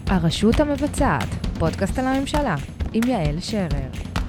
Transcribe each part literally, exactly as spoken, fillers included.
הרשות המבצעת, פודקאסט על הממשלה, עם יעל שרר.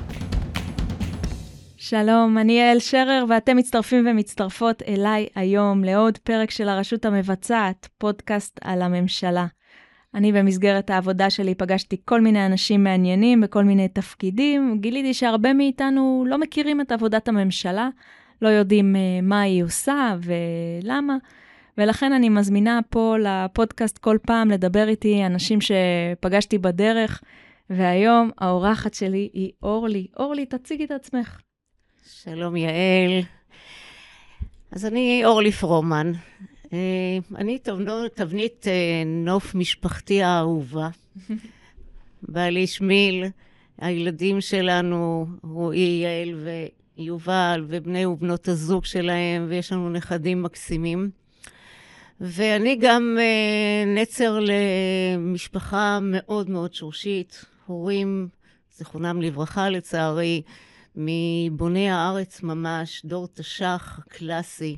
שלום, אני יעל שרר, ואתם מצטרפים ומצטרפות אליי היום לעוד פרק של הרשות המבצעת, פודקאסט על הממשלה. אני במסגרת העבודה שלי פגשתי כל מיני אנשים מעניינים בכל מיני תפקידים, גיליתי שהרבה מאיתנו לא מכירים את עבודת הממשלה, לא יודעים מה היא עושה ולמה, ולכן אני מזמינה פה לפודקאסט כל פעם לדבר איתי, אנשים שפגשתי בדרך, והיום האורחת שלי היא אורלי. אורלי, תציגי את עצמך. שלום יעל. אז אני אורלי פרומן. אני תבנית נוף משפחתי האהובה. בעלי שמיל, הילדים שלנו, רועי, יעל ויובל, ובני ובנות הזוג שלהם, ויש לנו נכדים מקסימים. ואני גם נצר למשפחה מאוד מאוד שורשית, הורים, זכרונם לברכה לצערי, מבוני הארץ ממש, דור תש"ח קלאסי.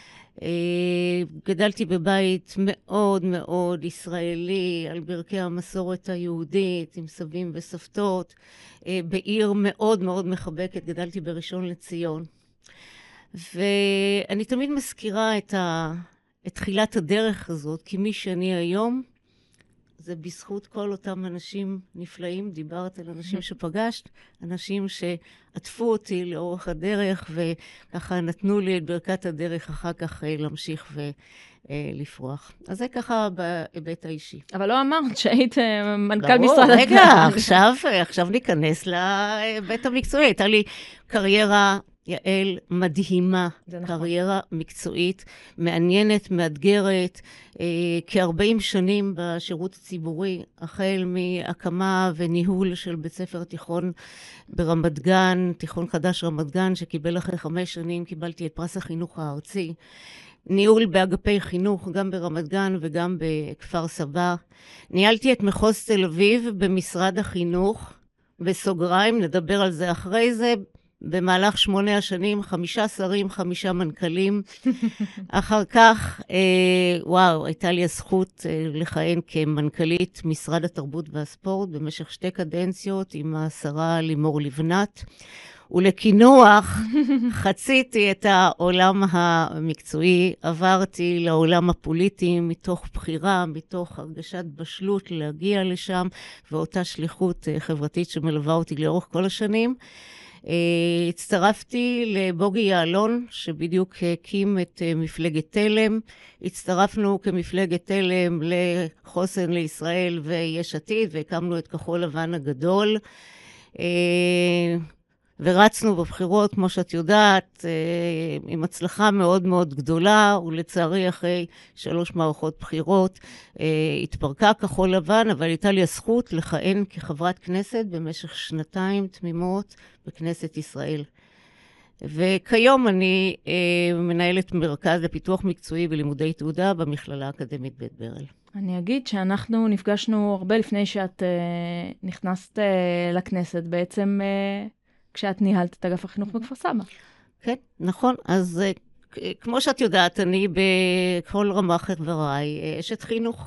גדלתי בבית מאוד מאוד ישראלי, על ברכי המסורת היהודית, עם סבים וסבתות, בעיר מאוד מאוד מחבקת, גדלתי בראשון לציון. ואני תמיד מזכירה את ה... את תחילת הדרך הזאת, כי מי שאני היום, זה בזכות כל אותם אנשים נפלאים, דיברת על אנשים שפגשת, אנשים שעטפו אותי לאורך הדרך, וככה נתנו לי את ברכת הדרך אחר כך להמשיך ולפרוח. אז זה ככה בהיבט האישי. אבל לא אמרת שהיית מנכ"ל משרד... לא, רגע, עכשיו, עכשיו ניכנס לבית המקצועי. הייתה לי קריירה... יעל מדהימה, קריירה מקצועית, מעניינת, מאתגרת, אה, כ-ארבעים שנים בשירות הציבורי, החל מהקמה וניהול של בית ספר תיכון ברמת גן, תיכון חדש רמת גן, שקיבל אחרי חמש שנים, קיבלתי את פרס החינוך הארצי, ניהול באגפי חינוך, גם ברמת גן וגם בכפר סבא. ניהלתי את מחוז תל אביב במשרד החינוך, בסוגריים, נדבר על זה אחרי זה, במהלך שמונה השנים, חמישה שרים, חמישה מנכ"לים. אחר כך, אה, וואו, הייתה לי הזכות אה, לכהן כמנכ"לית משרד התרבות והספורט במשך שתי קדנציות עם השרה לימור לבנת. ולקינוח, חציתי את העולם המקצועי, עברתי לעולם הפוליטי מתוך בחירה, מתוך הרגשת בשלות להגיע לשם, ואותה שליחות אה, חברתית שמלווה אותי לאורך כל השנים. Uh, הצטרפתי לבוגי יעלון, שבדיוק הקים את uh, מפלגת תלם. הצטרפנו כמפלגת תלם לחוסן לישראל ויש עתיד, והקמנו את כחול לבן הגדול. Uh, ורצנו בבחירות, כמו שאת יודעת, uh, עם הצלחה מאוד מאוד גדולה, ולצערי אחרי שלוש מערכות בחירות uh, התפרקה כחול לבן, אבל הייתה לי הזכות לכהן כחברת כנסת במשך שנתיים תמימות, בכנסת ישראל. וכיום אני אה, מנהלת מרכז לפיתוח מקצועי ולימודי תעודה במכללה האקדמית בית ברל. אני אגיד שאנחנו נפגשנו הרבה לפני שאת אה, נכנסת אה, לכנסת, בעצם אה, כשאת ניהלת את אגף החינוך בכפר סבא. כן, נכון. אז אה, כמו שאת יודעת, אני בכל רמ"ח חבריי אשת חינוך.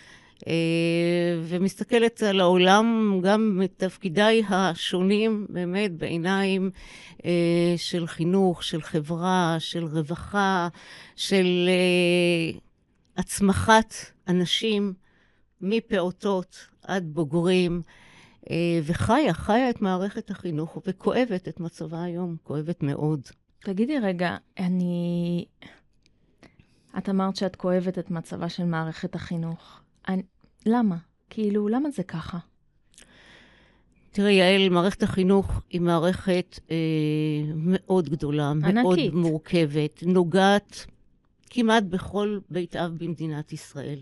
ומסתכלת על העולם גם מתפקידיי השונים, באמת בעיניים של חינוך, של חברה, של רווחה, של הצמחת אנשים מפעוטות עד בוגרים, וחיה, חיה את מערכת החינוך וכואבת את מצבה היום, כואבת מאוד. תגידי רגע, אני... את אמרת שאת כואבת את מצבה של מערכת החינוך. אני... למה? כאילו, למה זה ככה? תראי, יעל, מערכת החינוך היא מערכת אה, מאוד גדולה, ענקית. מאוד מורכבת, נוגעת כמעט בכל בית אב במדינת ישראל.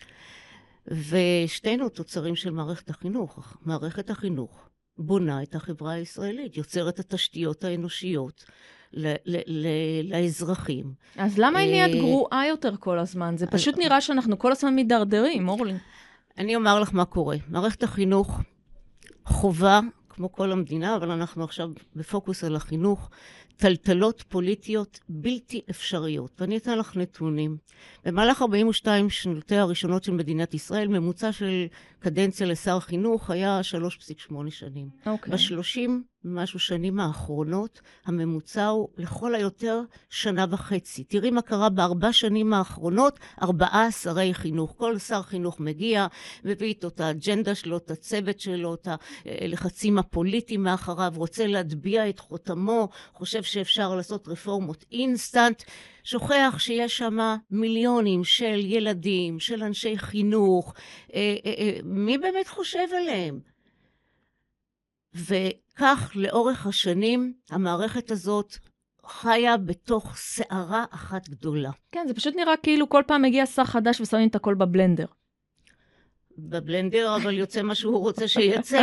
ושתינו תוצרים של מערכת החינוך. מערכת החינוך בונה את החברה הישראלית, יוצרת את התשתיות האנושיות ל- ל- ל- לאזרחים. אז למה היא נהיית גרועה יותר כל הזמן? זה פשוט נראה שאנחנו כל הזמן מדרדרים, אורלי. אני אומר לך מה קורה. מערכת החינוך חובה, כמו כל המדינה, אבל אנחנו עכשיו בפוקוס על החינוך, טלטלות פוליטיות בלתי אפשריות. ואני אתן לך נתונים. במהלך ארבעים ושתיים שנותיה הראשונות של מדינת ישראל, ממוצע של קדנציה לשר חינוך היה שלוש נקודה שמונה שנים. אוקיי. בשלושים משהו שנים האחרונות, הממוצע הוא לכל היותר שנה וחצי. תראי מה קרה בארבע שנים האחרונות, ארבעה שרי חינוך. כל שר חינוך מגיע, מביא איתו את האג'נדה שלו, את הצוות שלו, את הלחצים הפוליטיים מאחריו, רוצה להטביע את חותמו, חושב שאפשר לעשות רפורמות אינסטנט, שוכח שיש שם מיליונים של ילדים, של אנשי חינוך, אה, אה, אה, מי באמת חושב עליהם? וכך לאורך השנים המערכת הזאת חיה בתוך שערה אחת גדולה. כן, זה פשוט נראה כאילו כל פעם מגיע שר חדש ושמים את הכל בבלנדר. בבלנדר, אבל יוצא מה שהוא רוצה שיצא.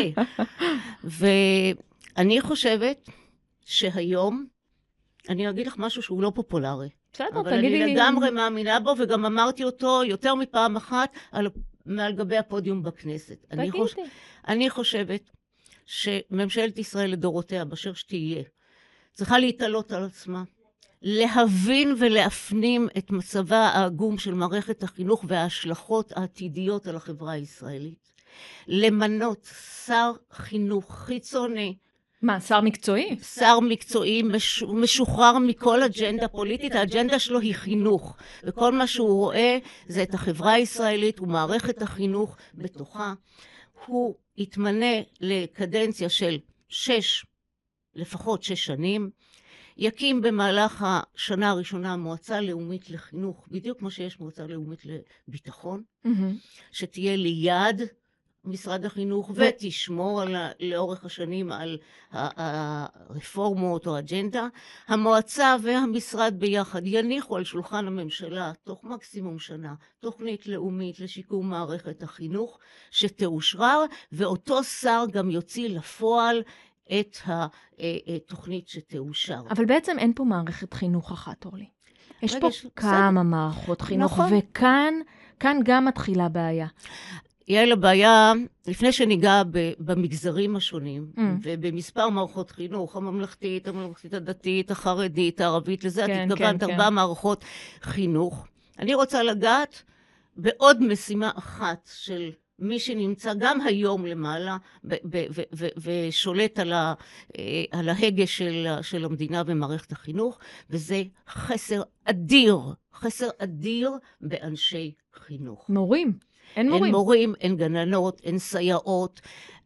ואני חושבת שהיום, אני אגיד לך משהו שהוא לא פופולרי. בסדר, אבל תגידי... אני לגמרי מאמינה בו, וגם אמרתי אותו יותר מפעם אחת על, מעל גבי הפודיום בכנסת. אני, חוש... אני חושבת שממשלת ישראל לדורותיה, באשר שתהיה, צריכה להתעלות על עצמה, להבין ולהפנים את מצבה העגום של מערכת החינוך וההשלכות העתידיות על החברה הישראלית. למנות שר חינוך חיצוני, מה, שר מקצועי? שר מקצועי מש... משוחרר מכל אג'נדה פוליטית, האג'נדה שלו היא חינוך, וכל מה שהוא רואה זה את החברה הישראלית ומערכת החינוך בתוכה. הוא יתמנה לקדנציה של שש, לפחות שש שנים, יקים במהלך השנה הראשונה המועצה לאומית לחינוך, בדיוק כמו שיש מועצה לאומית לביטחון, mm-hmm. שתהיה ליד משרד החינוך, ו... ותשמור על, לאורך השנים על הרפורמות או אג'נדה. המועצה והמשרד ביחד יניחו על שולחן הממשלה, תוך מקסימום שנה, תוכנית לאומית לשיקום מערכת החינוך שתאושרר, ואותו שר גם יוציא לפועל את התוכנית שתאושר. אבל בעצם אין פה מערכת חינוך אחת, אורלי. יש פה יש... כמה בסדר. מערכות חינוך, נכון. וכאן כאן גם מתחילה בעיה. יהיה לה בעיה, לפני שניגע במגזרים השונים, mm. ובמספר מערכות חינוך, הממלכתית, הממלכתית הדתית, החרדית, הערבית, לזה כן, את התכוונת כן, ארבע כן. מערכות חינוך. אני רוצה לגעת בעוד משימה אחת של מי שנמצא גם היום למעלה, ושולט על, ה, על ההגה של, של המדינה ומערכת החינוך, וזה חסר אדיר, חסר אדיר באנשי חינוך. מורים. אין מורים. אין מורים, אין גננות, אין סייעות,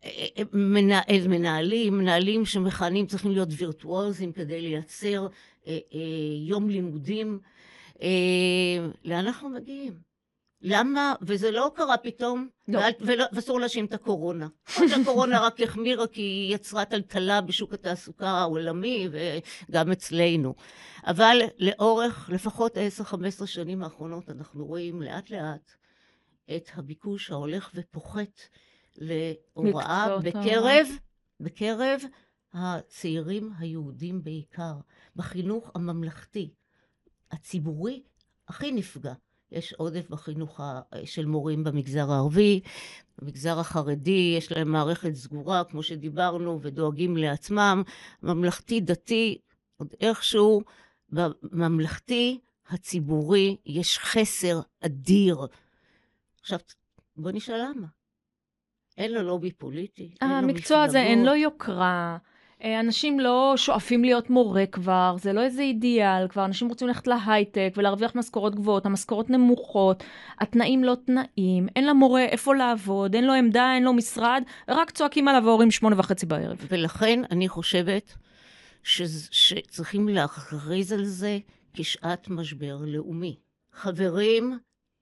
מנהל, מנהלים, מנהלים שמכהנים צריכים להיות וירטואוזים כדי לייצר אה, אה, יום לימודים. אה, לאן אנחנו מגיעים? למה? וזה לא קרה פתאום, לא. ולא, ואסור להאשים את הקורונה. הקורונה רק החמירה כי היא יצרה טלטלה בשוק התעסוקה העולמי וגם אצלנו. אבל לאורך לפחות עשר חמש עשרה שנים האחרונות אנחנו רואים לאט לאט את הביקוש ההולך ופוחת להוראה בקרב, בקרב הצעירים היהודים בעיקר, בחינוך הממלכתי, הציבורי הכי נפגע. יש עודף בחינוך של מורים במגזר הערבי, במגזר החרדי יש להם מערכת סגורה, כמו שדיברנו, ודואגים לעצמם. ממלכתי דתי, עוד איכשהו, בממלכתי הציבורי יש חסר אדיר. עכשיו, בוא נשאל למה. אין לו לובי פוליטי. המקצוע הזה אין לו יוקרה. אנשים לא שואפים להיות מורה כבר, זה לא איזה אידיאל, כבר אנשים רוצים ללכת להייטק ולהרוויח משכורות גבוהות, המשכורות נמוכות, התנאים לא תנאים, אין למורה איפה לעבוד, אין לו עמדה, אין לו משרד, רק צועקים עליו והורים שמונה וחצי בערב. ולכן אני חושבת ש... שצריכים להכריז על זה כשעת משבר לאומי. חברים,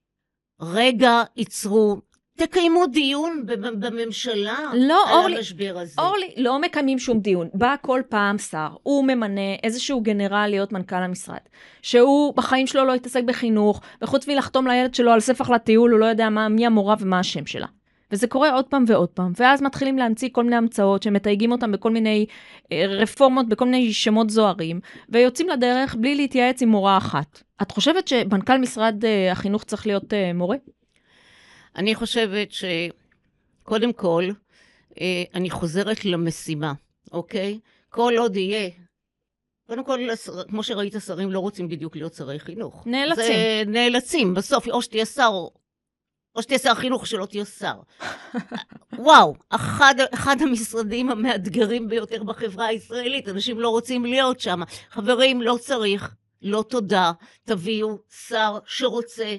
רגע ייצרו, תקיימו דיון בממשלה לא, על אורלי, המשבר הזה. אורלי, לא מקיימים שום דיון. בא כל פעם שר, הוא ממנה איזשהו גנרל להיות מנכ"ל המשרד, שהוא בחיים שלו לא יתעסק בחינוך, וחוץ מלחתום לילד שלו על ספח לטיול, הוא לא יודע מה, מי המורה ומה השם שלה. וזה קורה עוד פעם ועוד פעם, ואז מתחילים להמציא כל מיני המצאות, שמתייגים אותם בכל מיני רפורמות, בכל מיני שמות זוהרים, ויוצאים לדרך בלי להתייעץ עם מורה אחת. את חושבת שמנכ"ל משרד החינוך צריך להיות מורה? אני חושבת שקודם כל, אני חוזרת למשימה, אוקיי? כל עוד יהיה קודם כל, כמו שראית, השרים לא רוצים בדיוק להיות שרי חינוך. נאלצים. זה נאלצים, בסוף, או שתהיה שר, או שתהיה שר חינוך, שלא תהיה שר. וואו, אחד, אחד המשרדים המאתגרים ביותר בחברה הישראלית, אנשים לא רוצים להיות שם. חברים, לא צריך, לא תודה, תביאו שר שרוצה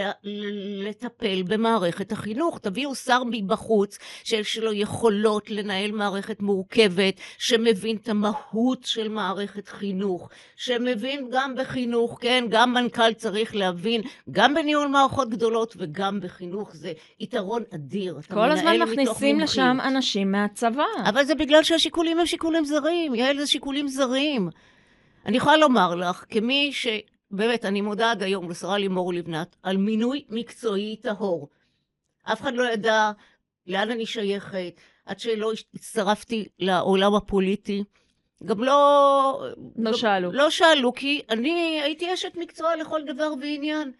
לטפל במערכת החינוך, תביאו שר מבחוץ שיש לו יכולות לנהל מערכת מורכבת, שמבין את המהות של מערכת חינוך, שמבין גם בחינוך, כן, גם מנכ"ל צריך להבין, גם בניהול מערכות גדולות וגם בחינוך, זה יתרון אדיר. כל הזמן מכניסים לשם אנשים מהצבא. אבל זה בגלל שהשיקולים הם שיקולים זרים, יעל, זה שיקולים זרים. אני יכולה לומר לך, כמי ש... באמת, אני מודה עד היום לשרה לימור לבנת על מינוי מקצועי טהור. אף אחד לא ידע לאן אני שייכת, עד שלא הצטרפתי לעולם הפוליטי. גם לא... לא גם, שאלו. לא שאלו, כי אני הייתי אשת מקצוע לכל דבר ועניין.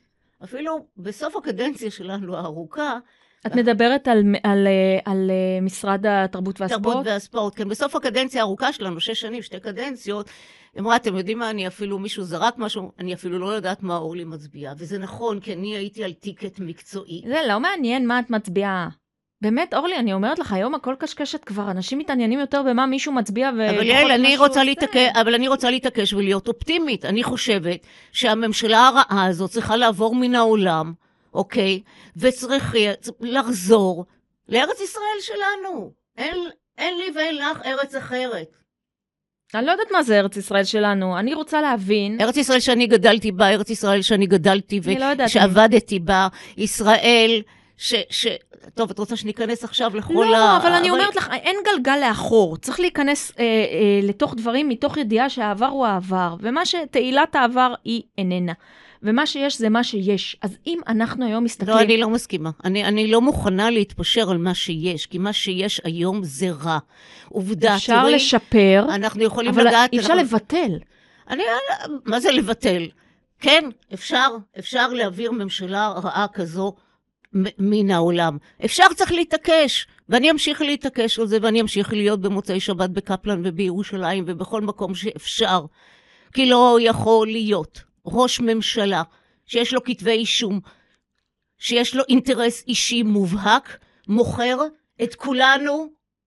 אפילו בסוף הקדנציה שלנו הארוכה... את מדברת על, על, על משרד התרבות והספורט? תרבות והספורט, כן. בסוף הקדנציה הארוכה שלנו, שש שנים, שתי קדנציות, אמרה, אתם יודעים מה, אני אפילו, מישהו זרק משהו, אני אפילו לא יודעת מה אורלי מצביעה. וזה נכון, כי אני הייתי על טיקט מקצועי. זה לא מעניין מה את מצביעה. באמת, אורלי, אני אומרת לך, היום הכל קשקשת כבר, אנשים מתעניינים יותר במה מישהו מצביע ו... אבל יעל, אני רוצה להתעקש, אבל אני רוצה להתעקש ולהיות אופטימית. אני חושבת שהממשלה הרעה הזאת צריכה לעבור מן העולם, אוקיי? וצריך לחזור לארץ ישראל שלנו. אין, אין לי ואין לך ארץ אחרת. אני לא יודעת מה זה ארץ ישראל שלנו, אני רוצה להבין... ארץ ישראל שאני גדלתי בה, ארץ ישראל שאני גדלתי ושעבדתי בה, ישראל ש... ש... טוב, את רוצה שניכנס עכשיו לכל לא, ה... לא, אבל אני אומרת לך, אין גלגל לאחור, צריך להיכנס אה, אה, לתוך דברים מתוך ידיעה שהעבר הוא העבר, ומה שתהילת העבר היא איננה. ומה שיש זה מה שיש. אז אם אנחנו היום מסתכלים... לא, אני לא מסכימה. אני, אני לא מוכנה להתפשר על מה שיש, כי מה שיש היום זה רע. עובדה, אפשר תראי, לשפר, אנחנו יכולים אבל לדעת... אי אפשר אנחנו... לבטל. אני, מה זה לבטל? כן, אפשר, אפשר להעביר ממשלה רעה כזו מן העולם. אפשר, צריך להתעקש, ואני אמשיך להתעקש על זה, ואני אמשיך להיות במוצאי שבת בקפלן ובירושלים, ובכל מקום שאפשר. כי לא יכול להיות ראש ממשלה שיש לו כתבי אישום, שיש לו אינטרס אישי מובהק, מוכר את כולנו,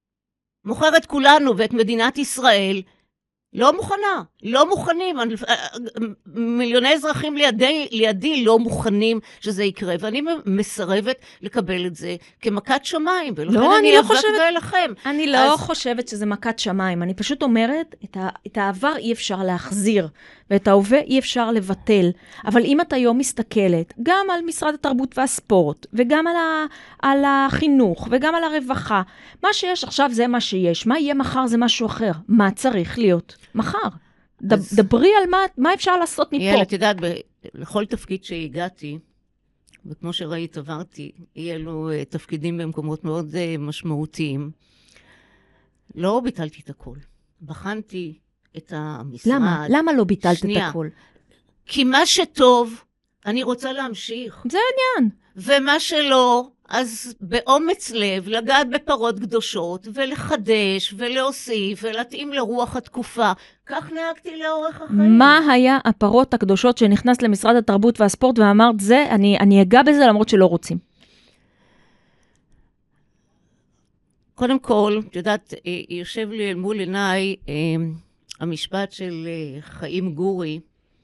מוכר את כולנו ואת מדינת ישראל, לא מוכנה, לא מוכנים, מיליוני אזרחים לידי, לידי לא מוכנים שזה יקרה, ואני מסרבת לקבל את זה כמכת שמיים, ולכן לא, אני אני לא אבק חושבת, ואלחם. אני לא אז... חושבת שזה מכת שמיים, אני פשוט אומרת, את, ה, את העבר אי אפשר להחזיר, ואת ההווה אי אפשר לבטל, אבל אם את היום מסתכלת, גם על משרד התרבות והספורט, וגם על, ה, על החינוך, וגם על הרווחה, מה שיש עכשיו זה מה שיש, מה יהיה מחר זה משהו אחר, מה צריך להיות? מחר. אז... דברי על מה, מה אפשר לעשות מפה. יאללה, את יודעת, ב... לכל תפקיד שהגעתי, וכמו שראית עברתי, יהיה לו uh, תפקידים במקומות מאוד uh, משמעותיים, לא ביטלתי את הכל. בחנתי את המשרד. למה? למה לא ביטלת שנייה. את הכל? כי מה שטוב, אני רוצה להמשיך. זה העניין. ומה שלא, אז באומץ לב, לגעת בפרות קדושות, ולחדש, ולהוסיף, ולהתאים לרוח התקופה. כך נהגתי לאורך החיים. מה היה הפרות הקדושות שנכנס למשרד התרבות והספורט, ואמרת זה, אני, אני אגע בזה למרות שלא רוצים? קודם כל, את יודעת, יושב לי אל מול עיניי המשפט של חיים גורי,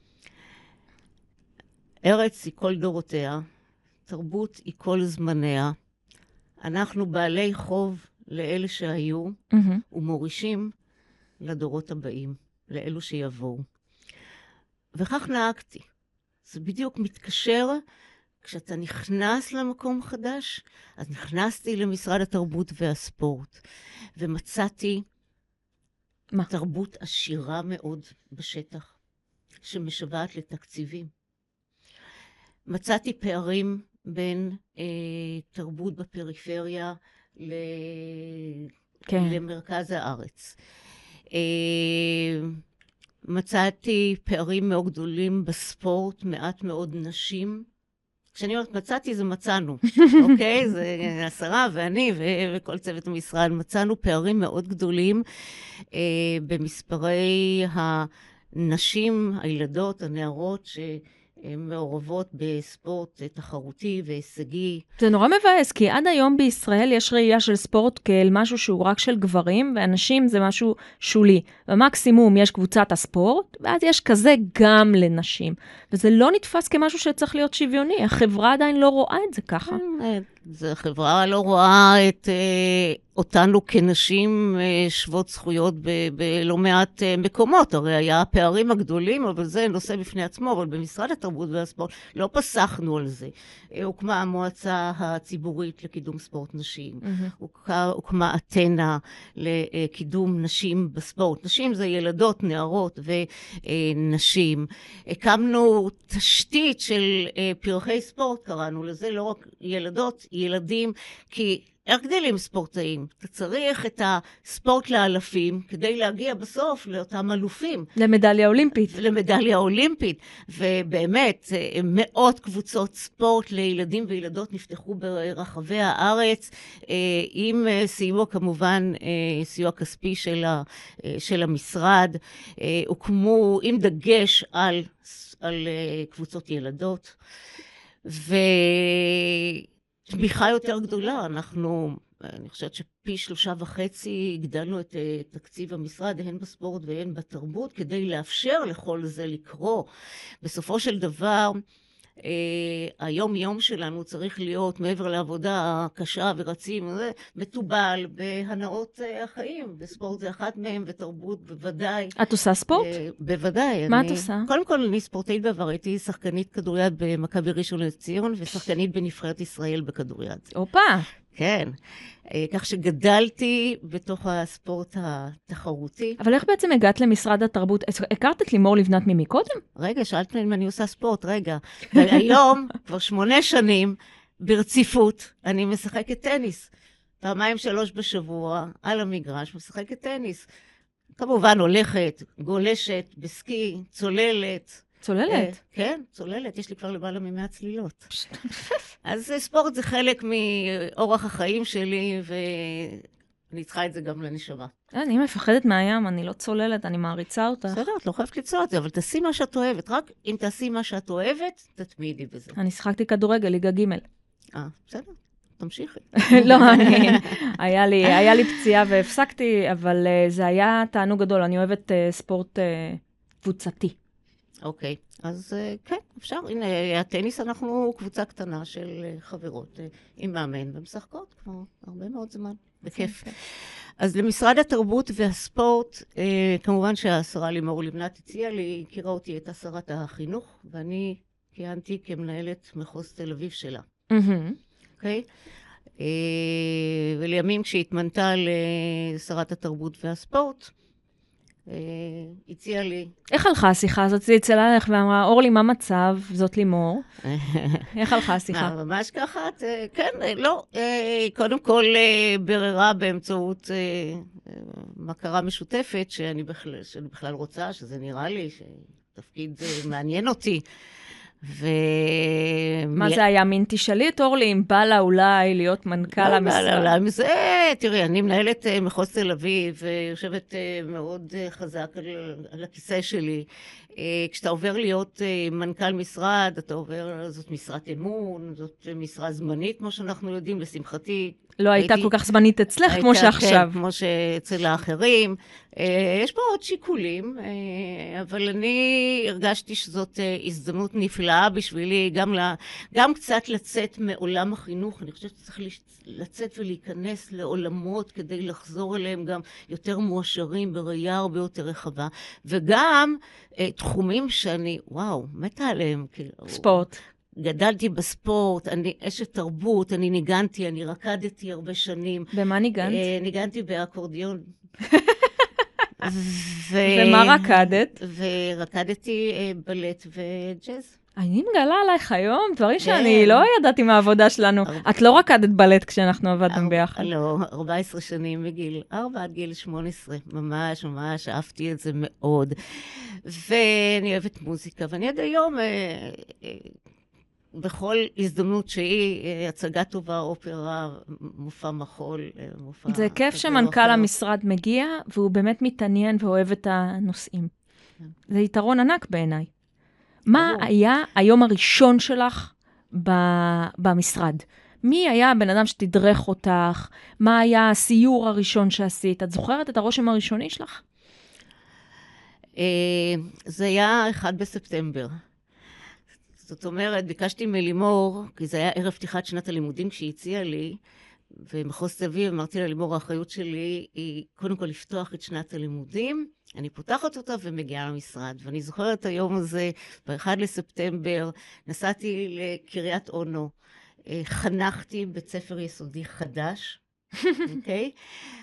ארץ היא כל דורותיה, תרבות היא כל זמניה, אנחנו בעלי חוב לאלה שהיו, Mm-hmm. ומורישים לדורות הבאים, לאלו שיבואו. וכך נהגתי. זה בדיוק מתקשר, כשאתה נכנס למקום חדש, אז נכנסתי למשרד התרבות והספורט, ומצאתי מה? תרבות עשירה מאוד בשטח, שמשוועת לתקציבים. מצאתי פערים בין אה, תרבות בפריפריה ל... כן. למרכז הארץ. אה, מצאתי פערים מאוד גדולים בספורט, מעט מאוד נשים כשאני אומרת מצאתי, זה מצאנו, אוקיי? זה השרה ואני ו- וכל צוות המשרד, מצאנו פערים מאוד גדולים אה, במספרי הנשים, הילדות, הנערות, שהן מעורבות בספורט תחרותי והישגי. זה נורא מבאס, כי עד היום בישראל יש ראייה של ספורט כאל משהו שהוא רק של גברים, ואנשים זה משהו שולי. במקסימום יש קבוצת הספורט, ואז יש כזה גם לנשים. וזה לא נתפס כמשהו שצריך להיות שוויוני. החברה עדיין לא רואה את זה ככה. זה החברה לא רואה את אה, אותנו כנשים אה, שוות זכויות ב- בלא מעט אה, מקומות. הרי היה הפערים הגדולים, אבל זה נושא בפני עצמו, אבל במשרד התרבות והספורט לא פסחנו על זה. אה, הוקמה המועצה הציבורית לקידום ספורט נשים, mm-hmm. הוקמה, הוקמה אתנה לקידום נשים בספורט. נשים זה ילדות, נערות ונשים. הקמנו תשתית של אה, פרחי ספורט, קראנו לזה, לא רק ילדות, ילדים, כי איך גדלים ספורטאים? אתה צריך את הספורט לאלפים כדי להגיע בסוף לאותם אלופים. למדליה אולימפית. למדליה אולימפית. ובאמת, מאות קבוצות ספורט לילדים וילדות נפתחו ברחבי הארץ, עם סיוע כמובן, סיוע כספי של, ה, של המשרד. הוקמו עם דגש על, על קבוצות ילדות. ו... תמיכה יותר גדולה, אנחנו, אני חושבת שפי שלושה וחצי הגדלנו את uh, תקציב המשרד, הן בספורט והן בתרבות, כדי לאפשר לכל זה לקרוא. בסופו של דבר, uh, היום יום שלנו צריך להיות, מעבר לעבודה קשה ורצים, זה מטובל בהנאות uh, החיים, בספורט זה אחת מהם, ותרבות בוודאי. את עושה ספורט? Uh, בוודאי. מה אני, את עושה? קודם כל, אני ספורטאית בעבר, הייתי שחקנית כדוריד במכבי ראשון לציון, ושחקנית בנבחרת ישראל בכדוריד. אופה. כן. כך שגדלתי בתוך הספורט התחרותי. אבל איך בעצם הגעת למשרד התרבות? הכרת את לימור לבנת ממי קודם? רגע, שאלת אם אני עושה ספורט, רגע. והיום, כבר שמונה שנים, ברציפות, אני משחקת טניס. פעמיים שלוש בשבוע, על המגרש, משחקת טניס. כמובן הולכת, גולשת, בסקי, צוללת. צוללת? כן, צוללת. יש לי כבר למעלה ממאה צלילות. אז ספורט זה חלק מאורח החיים שלי, ואני צריכה את זה גם לנשמה. אני מפחדת מהים, אני לא צוללת, אני מעריצה אותך. בסדר, את לא חייבת לצלול את זה, אבל תעשי מה שאת אוהבת. רק אם תעשי מה שאת אוהבת, תתמידי בזה. אני שחקתי כדורגל, ליגה ג'. אה, בסדר, תמשיכי. לא, אני, היה לי, היה לי פציעה והפסקתי, אבל זה היה תענוג גדול. אני אוהבת ספורט קבוצתי. אוקיי, אז כן, אפשר. הנה, הטניס אנחנו קבוצה קטנה של חברות עם מאמן ומשחקות כבר הרבה מאוד זמן, בכיף. אז למשרד התרבות והספורט, כמובן שהשרה לימור לבנת הציעה לי, הכירה אותי את שרת החינוך, ואני כיהנתי כמנהלת מחוז תל אביב שלה. אוקיי? ולימים כשהתמנתה לשרת התרבות והספורט, הציעה לי. איך הלכה השיחה הזאת? היא צללה לך ואמרה, אורלי, מה מצב? זאת לימור. איך הלכה השיחה? ממש ככה, כן, לא. קודם כל, בררה באמצעות מכרה משותפת, שאני בכלל רוצה, שזה נראה לי, שתפקיד מעניין אותי. ו... מה זה היה? מין תשאלי את אורלי אם בא לה אולי להיות מנכ"ל המשרד? לא, לא, לא, זה, תראי, אני מנהלת מחוז תל אביב, ויושבת מאוד חזק על, על הכיסא שלי. כשאתה עובר להיות מנכ"ל משרד, אתה עובר, זאת משרת אמון, זאת משרה זמנית, כמו שאנחנו יודעים, לשמחתי. לא הייתה כל כך זמנית אצלך, כמו שעכשיו. כן, כמו שאצל האחרים. יש פה עוד שיקולים, אבל אני הרגשתי שזאת הזדמנות נפלאה בשבילי, גם, לה, גם קצת לצאת מעולם החינוך. אני חושבת שצריך לצאת ולהיכנס לעולמות כדי לחזור אליהם גם יותר מואשרים בראייה הרבה יותר רחבה, וגם תחומים שאני, וואו, מתה עליהם. ספורט. גדלתי בספורט, אני אשת תרבות, אני ניגנתי, אני רקדתי הרבה שנים. במה ניגנת? ניגנתי באקורדיון. ומה רקדת? ורקדתי בלט וג'אז. אני מגלה עלייך היום דברים שאני לא ידעתי מהעבודה שלנו. את לא רקדת בלט כשאנחנו עבדנו ביחד. לא, ארבע עשרה שנים מגיל ארבע עד גיל שמונה עשרה. ממש, ממש, אהבתי את זה מאוד. ואני אוהבת מוזיקה, ואני עד היום בכל הזדמנות שהיא, הצגה טובה, אופרה, מופע מחול, מופע... זה כיף שמנכ"ל המשרד מגיע, והוא באמת מתעניין ואוהב את הנושאים. זה יתרון ענק בעיניי. מה היה היום הראשון שלך במשרד? מי היה הבן אדם שתדרך אותך? מה היה הסיור הראשון שעשית? את זוכרת את הרושם הראשוני שלך? זה היה אחד בספטמבר. זאת אומרת, ביקשתי מלימור, כי זה היה ערב פתיחת שנת הלימודים כשהיא הציעה לי, ומחוז תל אביב, אמרתי לה, לימור, האחריות שלי היא קודם כל לפתוח את שנת הלימודים, אני פותחת אותה ומגיעה למשרד. ואני זוכרת את היום הזה, ב-אחד לספטמבר, נסעתי לקריית אונו, חנכתי בית ספר יסודי חדש, אוקיי?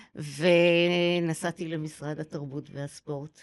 ונסעתי למשרד התרבות והספורט,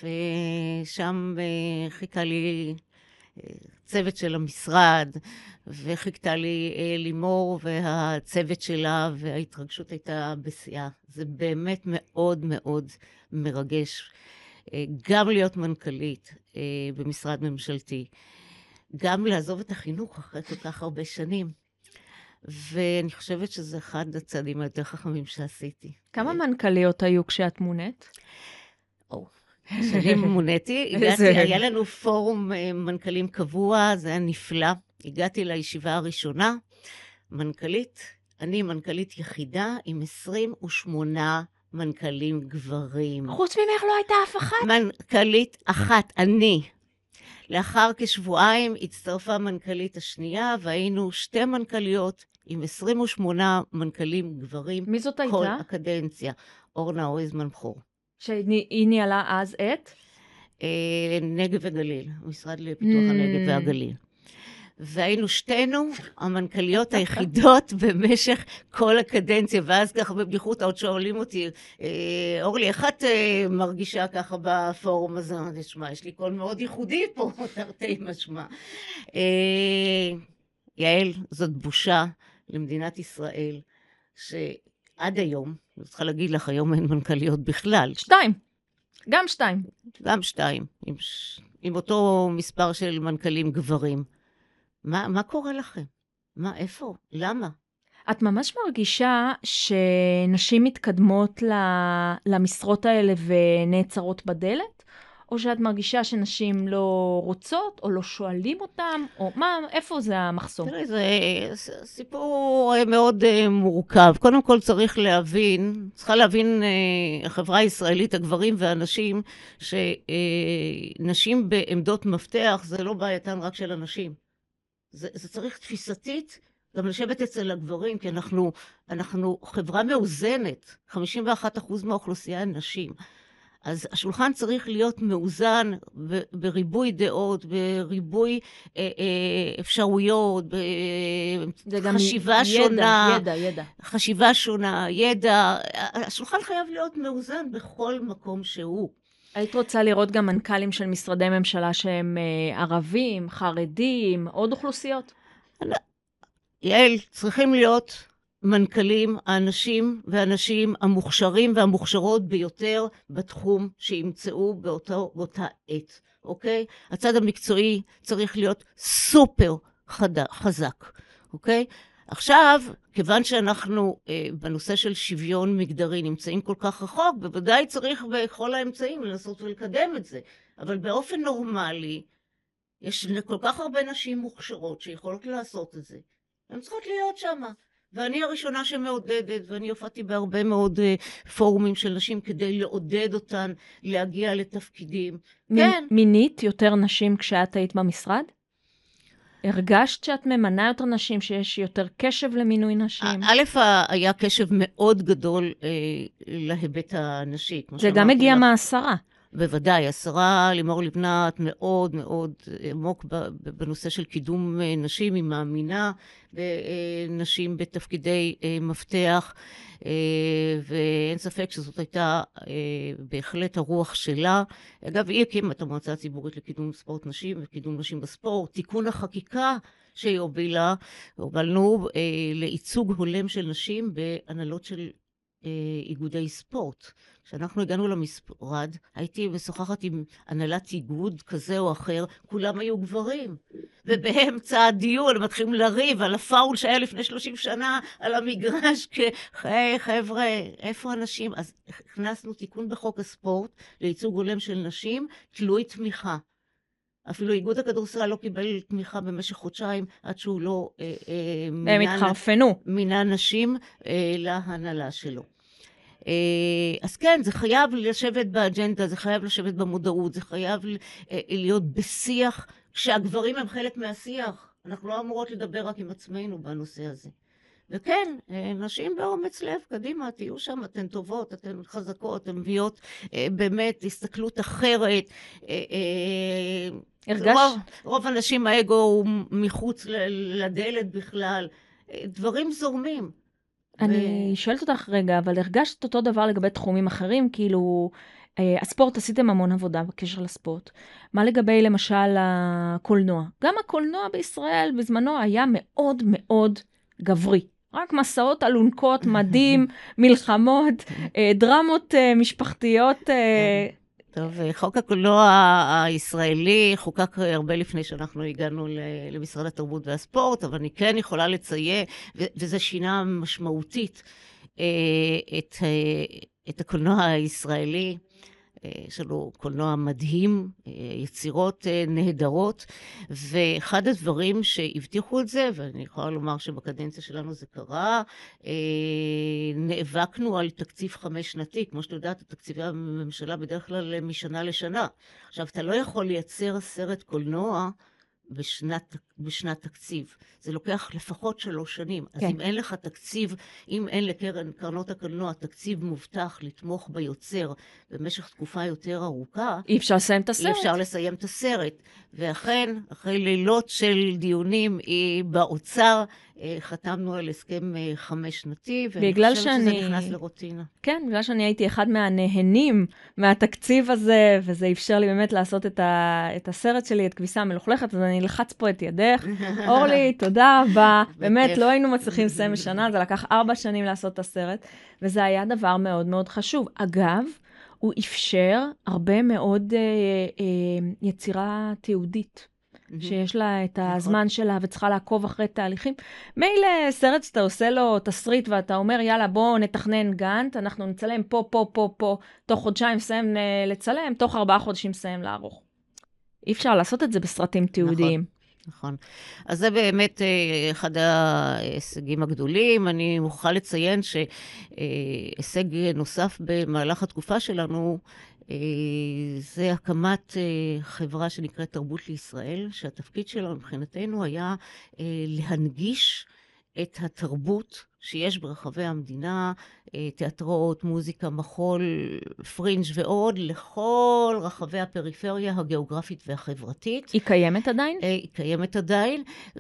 ושם חיכה לי צוות של המשרד, וחיכתה לי לימור והצוות שלה, וההתרגשות הייתה בשיאה. זה באמת מאוד מאוד מרגש. גם להיות מנכ"לית במשרד ממשלתי, גם לעזוב את החינוך אחרי כל כך הרבה שנים. ואני חושבת שזה אחד הצעדים היותר חכמים שעשיתי. כמה מנכ"ליות היו כשאת מונית? או, שנים מוניתי, הגעתי, היה לנו פורום מנכ"לים קבוע, זה היה נפלא. הגעתי לישיבה הראשונה, מנכ"לית, אני מנכ"לית יחידה עם עשרים ושמונה מנכ"לים גברים. חוץ ממך לא הייתה אף אחת? מנכ"לית אחת, אני. לאחר כשבועיים הצטרפה המנכ"לית השנייה, והיינו שתי מנכ"ליות עם עשרים ושמונה מנכ"לים גברים. מי זאת הייתה? כל הקדנציה. אורנה אויזמן בכור. שהיא ניהלה אז את? אה, נגב וגליל, המשרד לפיתוח mm. הנגב והגליל. והיינו שתינו המנכ"ליות היחידות במשך כל הקדנציה, ואז ככה בבדיחות עוד שואלים אותי, אה, אורלי, איך את אה, מרגישה ככה בפורום הזה? תשמע, יש לי קול מאוד ייחודי פה, תרתי משמע. אה, יעל, זאת בושה למדינת ישראל, שעד היום, אני צריכה להגיד לך, היום אין מנכ"ליות בכלל. שתיים, גם שתיים. גם שתיים, עם, עם אותו מספר של מנכ"לים גברים. מה, מה קורה לכם? מה, איפה? למה? את ממש מרגישה שנשים מתקדמות למשרות האלה ונעצרות בדלת? או שאת מרגישה שנשים לא רוצות, או לא שואלים אותם? או מה, איפה זה המחסום? תראי, זה סיפור מאוד uh, מורכב. קודם כל צריך להבין, צריכה להבין uh, החברה הישראלית, הגברים והנשים, שנשים uh, בעמדות מפתח זה לא בעייתן רק של הנשים. זה, זה צריך תפיסתית גם לשבת אצל הגברים, כי אנחנו, אנחנו חברה מאוזנת, חמישים ואחד אחוז מהאוכלוסייה הן נשים. אז השולחן צריך להיות מאוזן ב, בריבוי דעות, בריבוי אה, אה, אפשרויות, בחשיבה שונה, ידע, ידע. חשיבה שונה, ידע. השולחן חייב להיות מאוזן בכל מקום שהוא. היית רוצה לראות גם מנכ"לים של משרדי ממשלה שהם אה, ערבים, חרדים, עוד אוכלוסיות? יעל, צריכים להיות מנכ"לים, האנשים והנשים המוכשרים והמוכשרות ביותר בתחום שימצאו באותו, באותה עת, אוקיי? הצד המקצועי צריך להיות סופר חד, חזק, אוקיי? עכשיו, כיוון שאנחנו אה, בנושא של שוויון מגדרי נמצאים כל כך רחוק, בוודאי צריך בכל האמצעים לנסות ולקדם את זה. אבל באופן נורמלי, יש כל כך הרבה נשים מוכשרות שיכולות לעשות את זה. הן צריכות להיות שם. ואני הראשונה שמעודדת, ואני הופעתי בהרבה מאוד uh, פורומים של נשים כדי לעודד אותן להגיע לתפקידים. מ- כן. מינית יותר נשים כשאת היית במשרד? הרגשת שאת ממנה יותר נשים, שיש יותר קשב למינוי נשים? א', היה קשב מאוד גדול אה, להיבט הנשי. זה גם הגיע מהשרה. בוודאי, השרה לימור לבנת מאוד מאוד עמוק בנושא של קידום נשים, היא מאמינה בנשים בתפקידי מפתח, ואין ספק שזאת הייתה בהחלט הרוח שלה. אגב, היא הקימה את המועצה הציבורית לקידום ספורט נשים וקידום נשים בספורט, תיקון החקיקה שהיא הובילה, הובלנו לייצוג הולם של נשים בהנהלות של אה, איגודי ספורט. כשאנחנו הגענו למשרד, הייתי משוחחת עם הנהלת איגוד כזה או אחר, כולם היו גברים. ובאמצע הדיון מתחילים לריב על הפאול שהיה לפני שלושים שנה על המגרש, כ-היי חבר'ה, איפה הנשים? אז הכנסנו תיקון בחוק הספורט לייצוג הולם של נשים, תלוי תמיכה. אפילו איגוד הכדורסל לא קיבל תמיכה במשך חודשיים, עד שהוא לא אה, אה, הם התחרפנו. מינה נשים אה, להנהלה שלו. אה, אז כן, זה חייב לשבת באג'נדה, זה חייב לשבת במודעות, זה חייב אה, להיות בשיח, כשהגברים הם חלק מהשיח. אנחנו לא אמורות לדבר רק עם עצמנו בנושא הזה. וכן, נשים באומץ לב, קדימה, תהיו שם, אתן טובות, אתן חזקות, אתן מביאות אה, באמת הסתכלות אחרת. אה, אה, הרגש... רוב, רוב הנשים האגו הוא מחוץ לדלת בכלל. אה, דברים זורמים. אני ו... שואלת אותך רגע, אבל הרגשת אותו דבר לגבי תחומים אחרים? כאילו, אה, הספורט, עשיתם המון עבודה בקשר לספורט. מה לגבי למשל הקולנוע? גם הקולנוע בישראל בזמנו היה מאוד מאוד גברי. רק מסעות אלונקות, מדים, מלחמות, דרמות משפחתיות. טוב, חוק הקולנוע הישראלי חוקק הרבה לפני שאנחנו הגענו למשרד התרבות והספורט, אבל אני כן יכולה לציין, וזה שינה משמעותית, את, את הקולנוע הישראלי. יש לנו קולנוע מדהים, יצירות נהדרות, ואחד הדברים שהבטיחו את זה, ואני יכולה לומר שבקדנציה שלנו זה קרה, נאבקנו על תקציב חמש שנתי, כמו שאתה יודעת, תקציבי הממשלה בדרך כלל משנה לשנה. עכשיו, אתה לא יכול לייצר סרט קולנוע בשנת, בשנת תקציב. זה לוקח לפחות שלוש שנים. אז כן. אם אין לך תקציב, אם אין לקרן קרנות הקולנוע תקציב מובטח לתמוך ביוצר במשך תקופה יותר ארוכה, אי אפשר לסיים את הסרט. אי אפשר לסיים את הסרט. ואכן, אחרי לילות של דיונים באוצר, חתמנו על הסכם חמש שנתי, ואני חושבת שאני... שזה נכנס לרוטינה. כן, בגלל שאני הייתי אחד מהנהנים מהתקציב הזה, וזה אפשר לי באמת לעשות את, ה... את הסרט שלי, את כביסה המלוכלכת, אז אני לחץ פה את ידך. אורלי, תודה רבה. באמת, לא היינו מצליחים לסיים בשנה, זה לקח ארבע שנים לעשות את הסרט, וזה היה דבר מאוד מאוד חשוב. אגב, הוא אפשר הרבה מאוד אה, אה, יצירה תיעודית. שיש לה את הזמן שלה וצריכה לעקוב אחרי תהליכים. מילא סרט שאתה עושה לו תסריט ואתה אומר, יאללה, בוא נתכנן גאנט, אנחנו נצלם פה, פה, פה, פה, תוך חודשיים נסיים לצלם, תוך ארבעה חודשים נסיים לערוך. אי אפשר לעשות את זה בסרטים תיעודיים. נכון, נכון. אז זה באמת אחד ההישגים הגדולים. אני מוכרחה לציין שהישג נוסף במהלך התקופה שלנו, זה הקמת חברה שנקראת תרבות לישראל, שהתפקיד שלו מבחינתנו היה להנגיש את התרבות שיש ברחבי המדינה, תיאטרות, מוזיקה, מחול, פרינג' ועוד, לכל רחבי הפריפריה הגיאוגרפית והחברתית. היא קיימת עדיין? היא קיימת עדיין,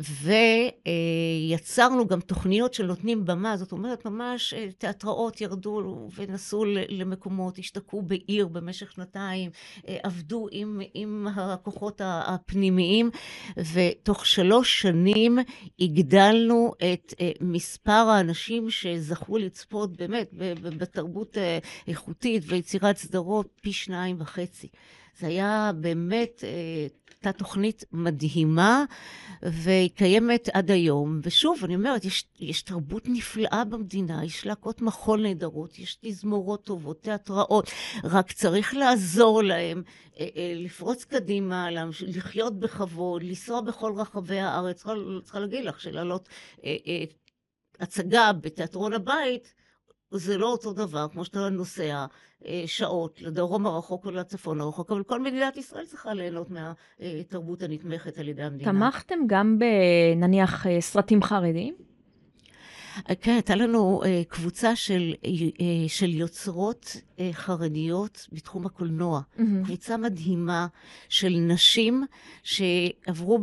ויצרנו גם תוכניות שנותנים במה, זאת אומרת, ממש תיאטראות ירדו ונסעו למקומות, השתקעו בעיר במשך שנתיים, עבדו עם, עם הכוחות הפנימיים, ותוך שלוש שנים הגדלנו את מספר האנשים שזכו לצפות באמת בתרבות איכותית ויצירת סדרות פי שניים וחצי. זה היה באמת הייתה תוכנית מדהימה, והיא קיימת עד היום. ושוב, אני אומרת, יש, יש תרבות נפלאה במדינה, יש להקות מחול נהדרות, יש תזמורות טובות, תיאטראות, רק צריך לעזור להם לפרוץ קדימה, לחיות בכבוד, לנסוע בכל רחבי הארץ. צריכה, צריכה להגיד לך שלעלות הצגה בתיאטרון הבית, זה לא אותו דבר, כמו שאתה נוסע שעות לדרום הרחוק או לצפון הרחוק, אבל כל מדינת ישראל צריכה ליהנות מהתרבות הנתמכת על ידי המדינה. תמכתם גם בנניח סרטים חרדיים? כן, הייתה לנו קבוצה של, של יוצרות חרדיות בתחום הקולנוע. Mm-hmm. קבוצה מדהימה של נשים שעברו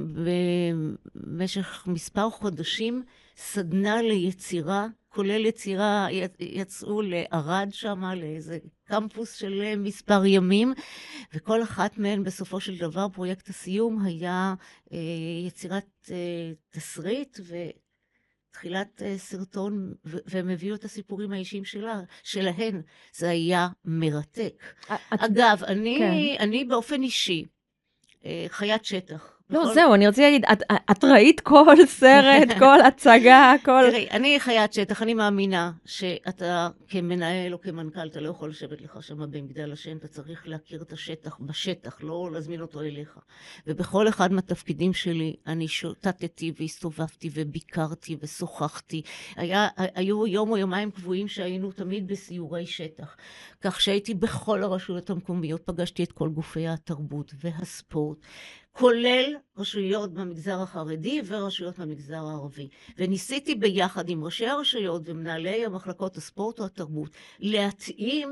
במשך מספר חודשים סדנה ליצירה, כולל יצירה, יצאו לערד שם, לאיזה קמפוס של מספר ימים, וכל אחת מהן בסופו של דבר, פרויקט הסיום היה יצירת תסריט ו... תחילת סרטון, והם הביאו את הסיפורים האישיים שלה, שלהן. זה היה מרתק. אגב, אני, אני באופן אישי, חיית שטח. לא, זהו, אני רציתי להגיד, את, את ראית כל סרט, כל הצגה, כל... תראי, אני חיית שטח, אני מאמינה שאתה כמנהל או כמנכ"ל, אתה לא יכול לשבת לך שם במגדל השן, אתה צריך להכיר את השטח בשטח, לא להזמין אותו אליך. ובכל אחד מהתפקידים שלי, אני שוטטתי והסתובבתי וביקרתי ושוחחתי. היה, היו יום או יומיים קבועים שהיינו תמיד בסיורי שטח. כך שהייתי בכל הרשויות המקומיות, פגשתי את כל גופי התרבות והספורט. כולל רשויות במגזר החרדי ורשויות במגזר הערבי. וניסיתי ביחד עם ראשי הרשויות ומנהלי המחלקות הספורט או התרבות, להתאים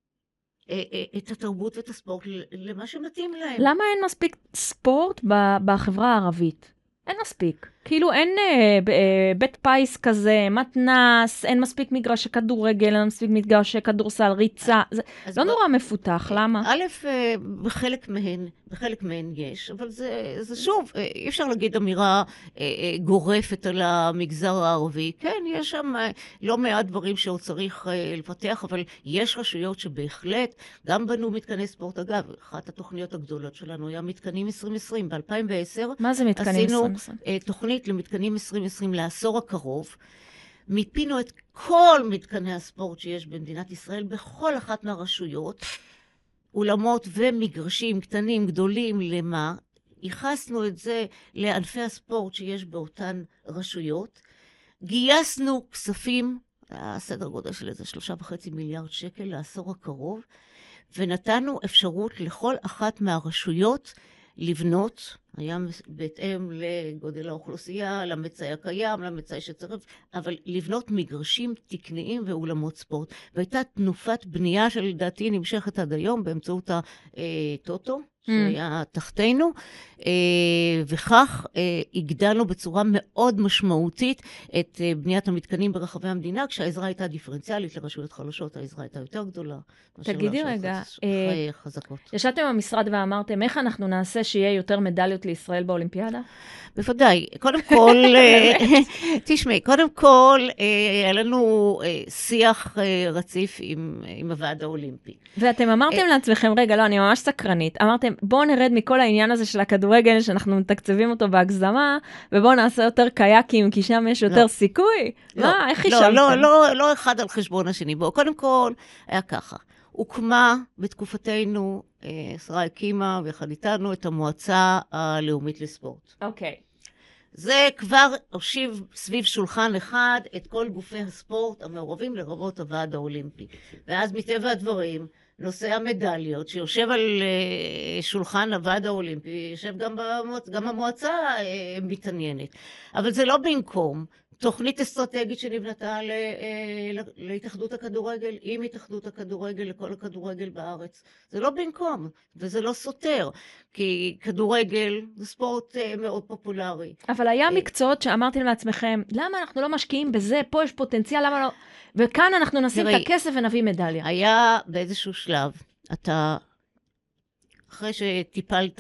את התרבות ואת הספורט למה שמתאים להם. למה אין מספיק ספורט בחברה הערבית? אין מספיק. כאילו אין אה, אה, בית פייס כזה, מתנס, אין מספיק מגרש כדורגל, אין מספיק מגרש כדורסל, ריצה. זה לא נורא מפותח, למה? א', אה, בחלק מהן, בחלק מהן יש, אבל זה, זה שוב, אה, אי אפשר להגיד אמירה אה, אה, גורפת על המגזר הערבי. כן, יש שם אה, לא מעט דברים שעוד צריך אה, לפתח, אבל יש רשויות שבהחלט גם בנו מתקני ספורט. אגב, אחת התוכניות הגדולות שלנו היה מתקנים עשרים עשרים. ב-אלפיים ועשר מה זה מתקנים עשרים עשרים? עשינו אה, תוכנית למתקנים עשרים עשרים לעשור הקרוב. מיפינו את כל מתקני הספורט שיש במדינת ישראל, בכל אחת מהרשויות, אולמות ומגרשים קטנים, גדולים, למה? ייחסנו את זה לענפי הספורט שיש באותן רשויות. גייסנו כספים, סדר גודל של איזה שלושה וחצי מיליארד שקל לעשור הקרוב, ונתנו אפשרות לכל אחת מהרשויות לבנות, היה בהתאם לגודל האוכלוסייה, למצאי הקיים, למצאי שצריך, אבל לבנות מגרשים תקניים ואולמות ספורט. והייתה תנופת בנייה שלדעתי נמשכת עד היום באמצעות הטוטו, שהיה תחתינו, וכך הגדלנו בצורה מאוד משמעותית את בניית המתקנים ברחבי המדינה, כשהעזרה הייתה דיפרנציאלית לרשויות חלשות, העזרה הייתה יותר גדולה. תגידי רגע, חזקות. ישבתם במשרד ואמרתם, איך אנחנו נעשה שיהיה יותר מדליות לישראל באולימפיאדה? בוודאי. קודם כל, תשמעי, קודם כל, היה לנו שיח רציף עם, עם הוועד האולימפי. ואתם אמרתם לעצמכם, רגע, לא, אני ממש סקרנית, אמרתם, בואו נרד מכל העניין הזה של הכדורגל, שאנחנו מתקצבים אותו בהגזמה, ובואו נעשה יותר קייקים, כי שם יש יותר סיכוי. מה, איך חישבתם? לא, לא, לא אחד על חשבון השני. בואו, קודם כל, היה ככה. הוקמה בתקופתנו, שרה הקימה ויחד איתנו את המועצה הלאומית לספורט. אוקיי. זה כבר הושיב סביב שולחן אחד את כל גופי הספורט המעורבים לרבות הוועד האולימפי. ואז מטבע הדברים, נושא המדליות שיושב על שולחן הוועד האולימפי, יושב גם, במועצ... גם המועצה מתעניינת. אבל זה לא במקום. תוכנית אסטרטגית שנבנתה ל, ל, להתאחדות הכדורגל, עם התאחדות הכדורגל, לכל הכדורגל בארץ. זה לא במקום, וזה לא סותר, כי כדורגל זה ספורט מאוד פופולרי. אבל היה מקצועות שאמרתם לעצמכם, למה אנחנו לא משקיעים בזה? פה יש פוטנציאל, למה לא? וכאן אנחנו נשים את הכסף ונביא מדליה. היה באיזשהו שלב, אתה, אחרי שטיפלת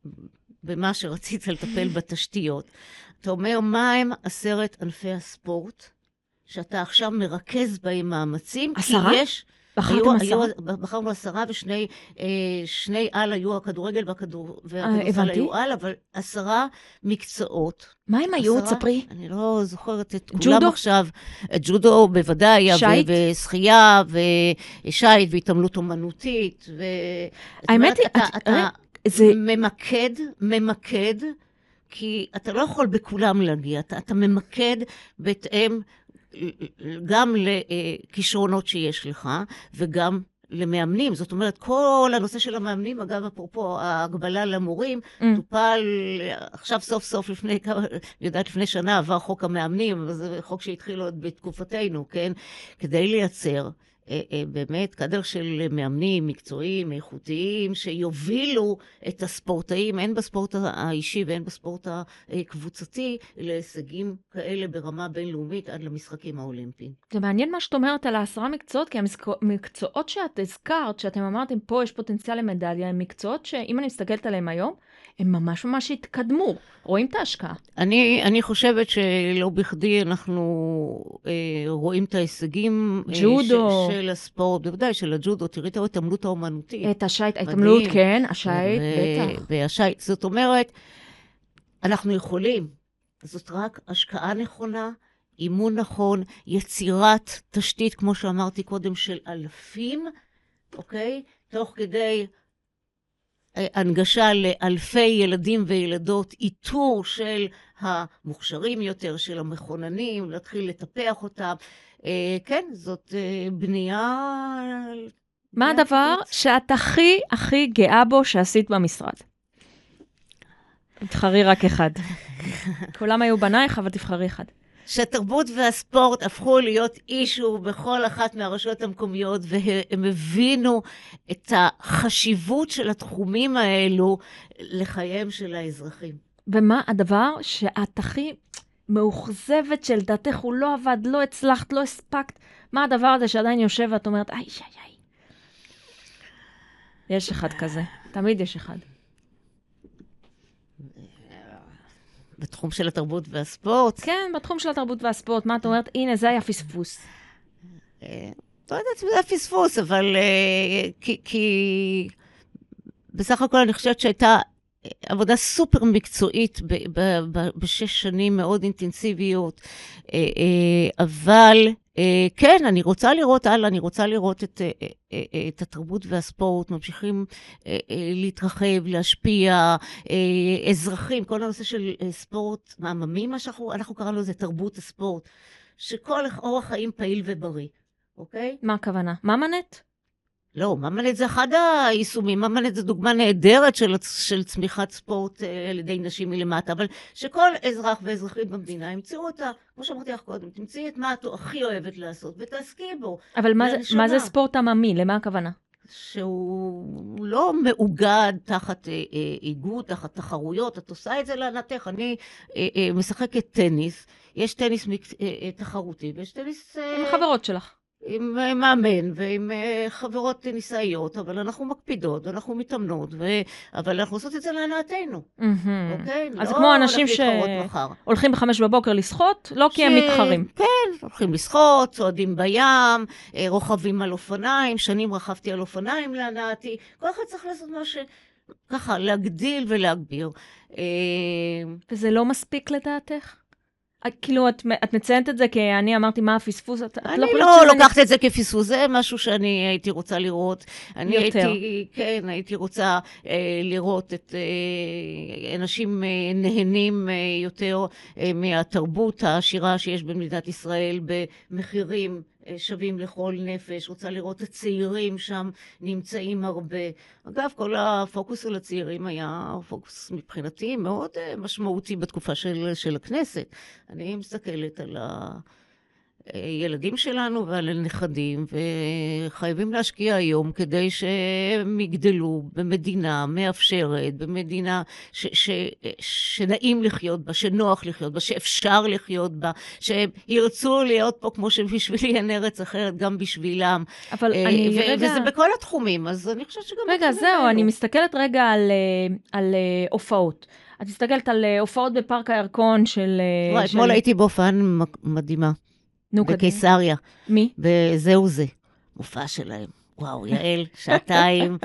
במה שרצית לטפל בתשתיות, אתה אומר, מה הם עשרת ענפי הספורט, שאתה עכשיו מרכז בהם מאמצים? עשרה? כי יש... בחרתם עשרה? בחרנו עשרה, ושני שני על היו הכדורגל והכדורסל היו על, אבל עשרה מקצועות. מה הם היו? תספרי. אני לא זוכרת את כולם עכשיו. ג'ודו בוודאי, ושחייה, ושייט, והתעמלות אומנותית. האמת היא, אתה ממקד, ממקד, כי אתה לא יכול בכולם להגיע, אתה, אתה ממקד בהתאם גם לכישרונות שיש לך, וגם למאמנים. זאת אומרת, כל הנושא של המאמנים, אגב, אפרופו ההגבלה למורים, mm. טופל עכשיו סוף סוף לפני, אני יודעת, לפני שנה עבר חוק המאמנים, זה חוק שהתחיל עוד בתקופתנו, כן? כדי לייצר באמת קדר של מאמנים מקצועיים, איכותיים, שיובילו את הספורטאים, הן בספורט האישי והן בספורט הקבוצתי, להישגים כאלה ברמה בינלאומית עד למשחקים האולימפיים. זה מעניין מה שאת אומרת על העשרה מקצועות, כי המקצועות שאת הזכרת, שאתם אמרתם פה יש פוטנציאל למדליה, הם מקצועות שאם אני מסתכלת עליהם היום, הם ממש ממש התקדמו. רואים את ההשקעה. אני, אני חושבת שלא בכדי אנחנו אה, רואים את ההישגים ג'ודו. אה, ש, של הספורט, בוודאי של הג'ודו, תראי את ההתעמלות האומנותית. את השייט, ההתעמלות, כן, השייט, ו- בטח. והשייט, זאת אומרת, אנחנו יכולים, זאת רק השקעה נכונה, אימון נכון, יצירת תשתית, כמו שאמרתי קודם, של אלפים, אוקיי? תוך כדי הנגשה לאלפי ילדים וילדות, איתור של המוכשרים יותר, של המכוננים, להתחיל לטפח אותם. אה, כן, זאת אה, בנייה... מה הדבר שאת הכי הכי גאה בו שעשית במשרד? תבחרי רק אחד. כולם היו בנייך, אבל תבחרי אחד. שהתרבות והספורט הפכו להיות אישו בכל אחת מהרשויות המקומיות, והם הבינו את החשיבות של התחומים האלו לחייהם של האזרחים. ומה הדבר שאת הכי מאוכזבת שלדעתך הוא לא עבד, לא הצלחת, לא הספקת? מה הדבר הזה שעדיין יושב ואת אומרת, איי, איי, איי. יש אחד כזה, תמיד יש אחד. בתחום של התרבות והספורט? כן, בתחום של התרבות והספורט. מה את אומרת? הנה, זה היה פספוס. לא יודעת אם זה היה פספוס, אבל כי, כי בסך הכל אני חושבת שהייתה עבודה סופר מקצועית ב- ב- ב- בשש שנים מאוד אינטנסיביות, אבל כן, אני רוצה לראות הלאה, אני רוצה לראות את, את התרבות והספורט, ממשיכים להתרחב, להשפיע, אזרחים, כל הנושא של ספורט, מעממי, מה שאנחנו, אנחנו קראנו לזה תרבות הספורט, שכל אורח חיים פעיל ובריא, אוקיי? מה הכוונה? ממנט? לא, ממנט זה אחד היישומים, ממנט זה דוגמה נהדרת של, של צמיחת ספורט על ידי נשים מלמטה, אבל שכל אזרח ואזרחית במדינה ימצאו אותה, כמו שאמרתי לך קודם, תמצאי את מה את הכי אוהבת לעשות ותעסקי בו. אבל מה זה, מה זה ספורט עממי? למה הכוונה? שהוא לא מאוגד תחת אה, אה, איגוד, תחת תחרויות, את עושה את זה לענתך. אני אה, אה, משחקת טניס, יש טניס מק... אה, אה, תחרותי, ויש טניס... אה, עם החברות שלך. עם מאמן ועם חברות טניסאיות, אבל אנחנו מקפידות, אנחנו מתאמנות, ו... אבל אנחנו עושות את זה להנאתנו. Mm-hmm. אוקיי? אז לא כמו אנשים שהולכים בחמש בבוקר לשחות, לא ש... כי הם מתחרים. כן, הולכים לשחות, צועדים בים, רוכבים על אופניים, שנים רכבתי על אופניים להנאתי, כל אחד צריך לעשות מה ש... ככה, להגדיל ולהגביר. וזה לא מספיק לדעתך? כאילו, את, את מציינת את זה כי אני אמרתי מה הפספוס, את, אני את לא, לא לוקחת את זה כפספוס, זה משהו שאני הייתי רוצה לראות. אני יותר. הייתי, כן, הייתי רוצה אה, לראות את אה, אנשים אה, נהנים אה, יותר אה, מהתרבות העשירה שיש במדינת ישראל, במחירים אה, שווים לכל נפש. רוצה לראות את הצעירים שם נמצאים הרבה. אגב, כל הפוקוס על הצעירים היה פוקוס מבחינתי מאוד אה, משמעותי בתקופה של, של הכנסת. אני מסתכלת על הילדים שלנו ועל הנכדים, וחייבים להשקיע היום כדי שהם יגדלו במדינה מאפשרת, במדינה ש, ש, שנעים לחיות בה, שנוח לחיות בה, שאפשר לחיות בה, שהם ירצו להיות פה כמו שבשבילי אין ארץ אחרת, גם בשבילם. אבל אני ו- רגע... וזה בכל התחומים, אז אני חושבת שגם... רגע, זהו, האלו. אני מסתכלת רגע על, על הופעות. את מסתכלת על הופעות בפארק הירקון של... וואי, אתמול הייתי בהופעה מדהימה. בקיסריה. מי? וזהו זה. מופע שלהם. וואו, יעל, שעתיים.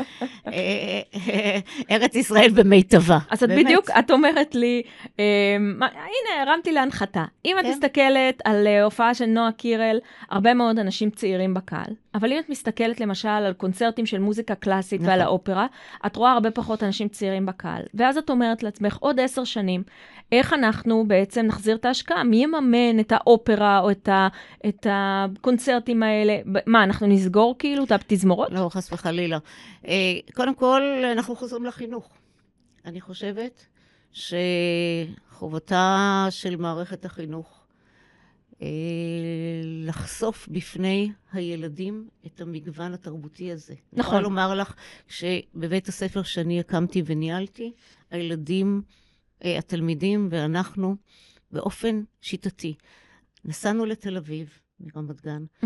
ארץ ישראל במיטבה. אז את בדיוק, את אומרת לי, הנה, הרמתי להנחתה. אם את מסתכלת על הופעה של נועה קירל, הרבה מאוד אנשים צעירים בקהל, אבל אם את מסתכלת למשל על קונצרטים של מוזיקה קלאסית ועל האופרה, את רואה הרבה פחות אנשים צעירים בקהל. ואז את אומרת לעצמך, עוד עשר שנים, איך אנחנו בעצם נחזיר את ההשקעה? מי יממן את האופרה או את הקונצרטים האלה? מה, אנחנו נסגור כאילו את הפתזמורות? לא, חס וחלילה. קודם כל, אנחנו חוזרים לחינוך. אני חושבת שחובתה של מערכת החינוך לחשוף בפני הילדים את המגוון התרבותי הזה. נכון. אני יכולה לומר לך שבבית הספר שאני הקמתי וניהלתי, הילדים, התלמידים ואנחנו באופן שיטתי. נסענו לתל אביב, מרמת גן, mm-hmm.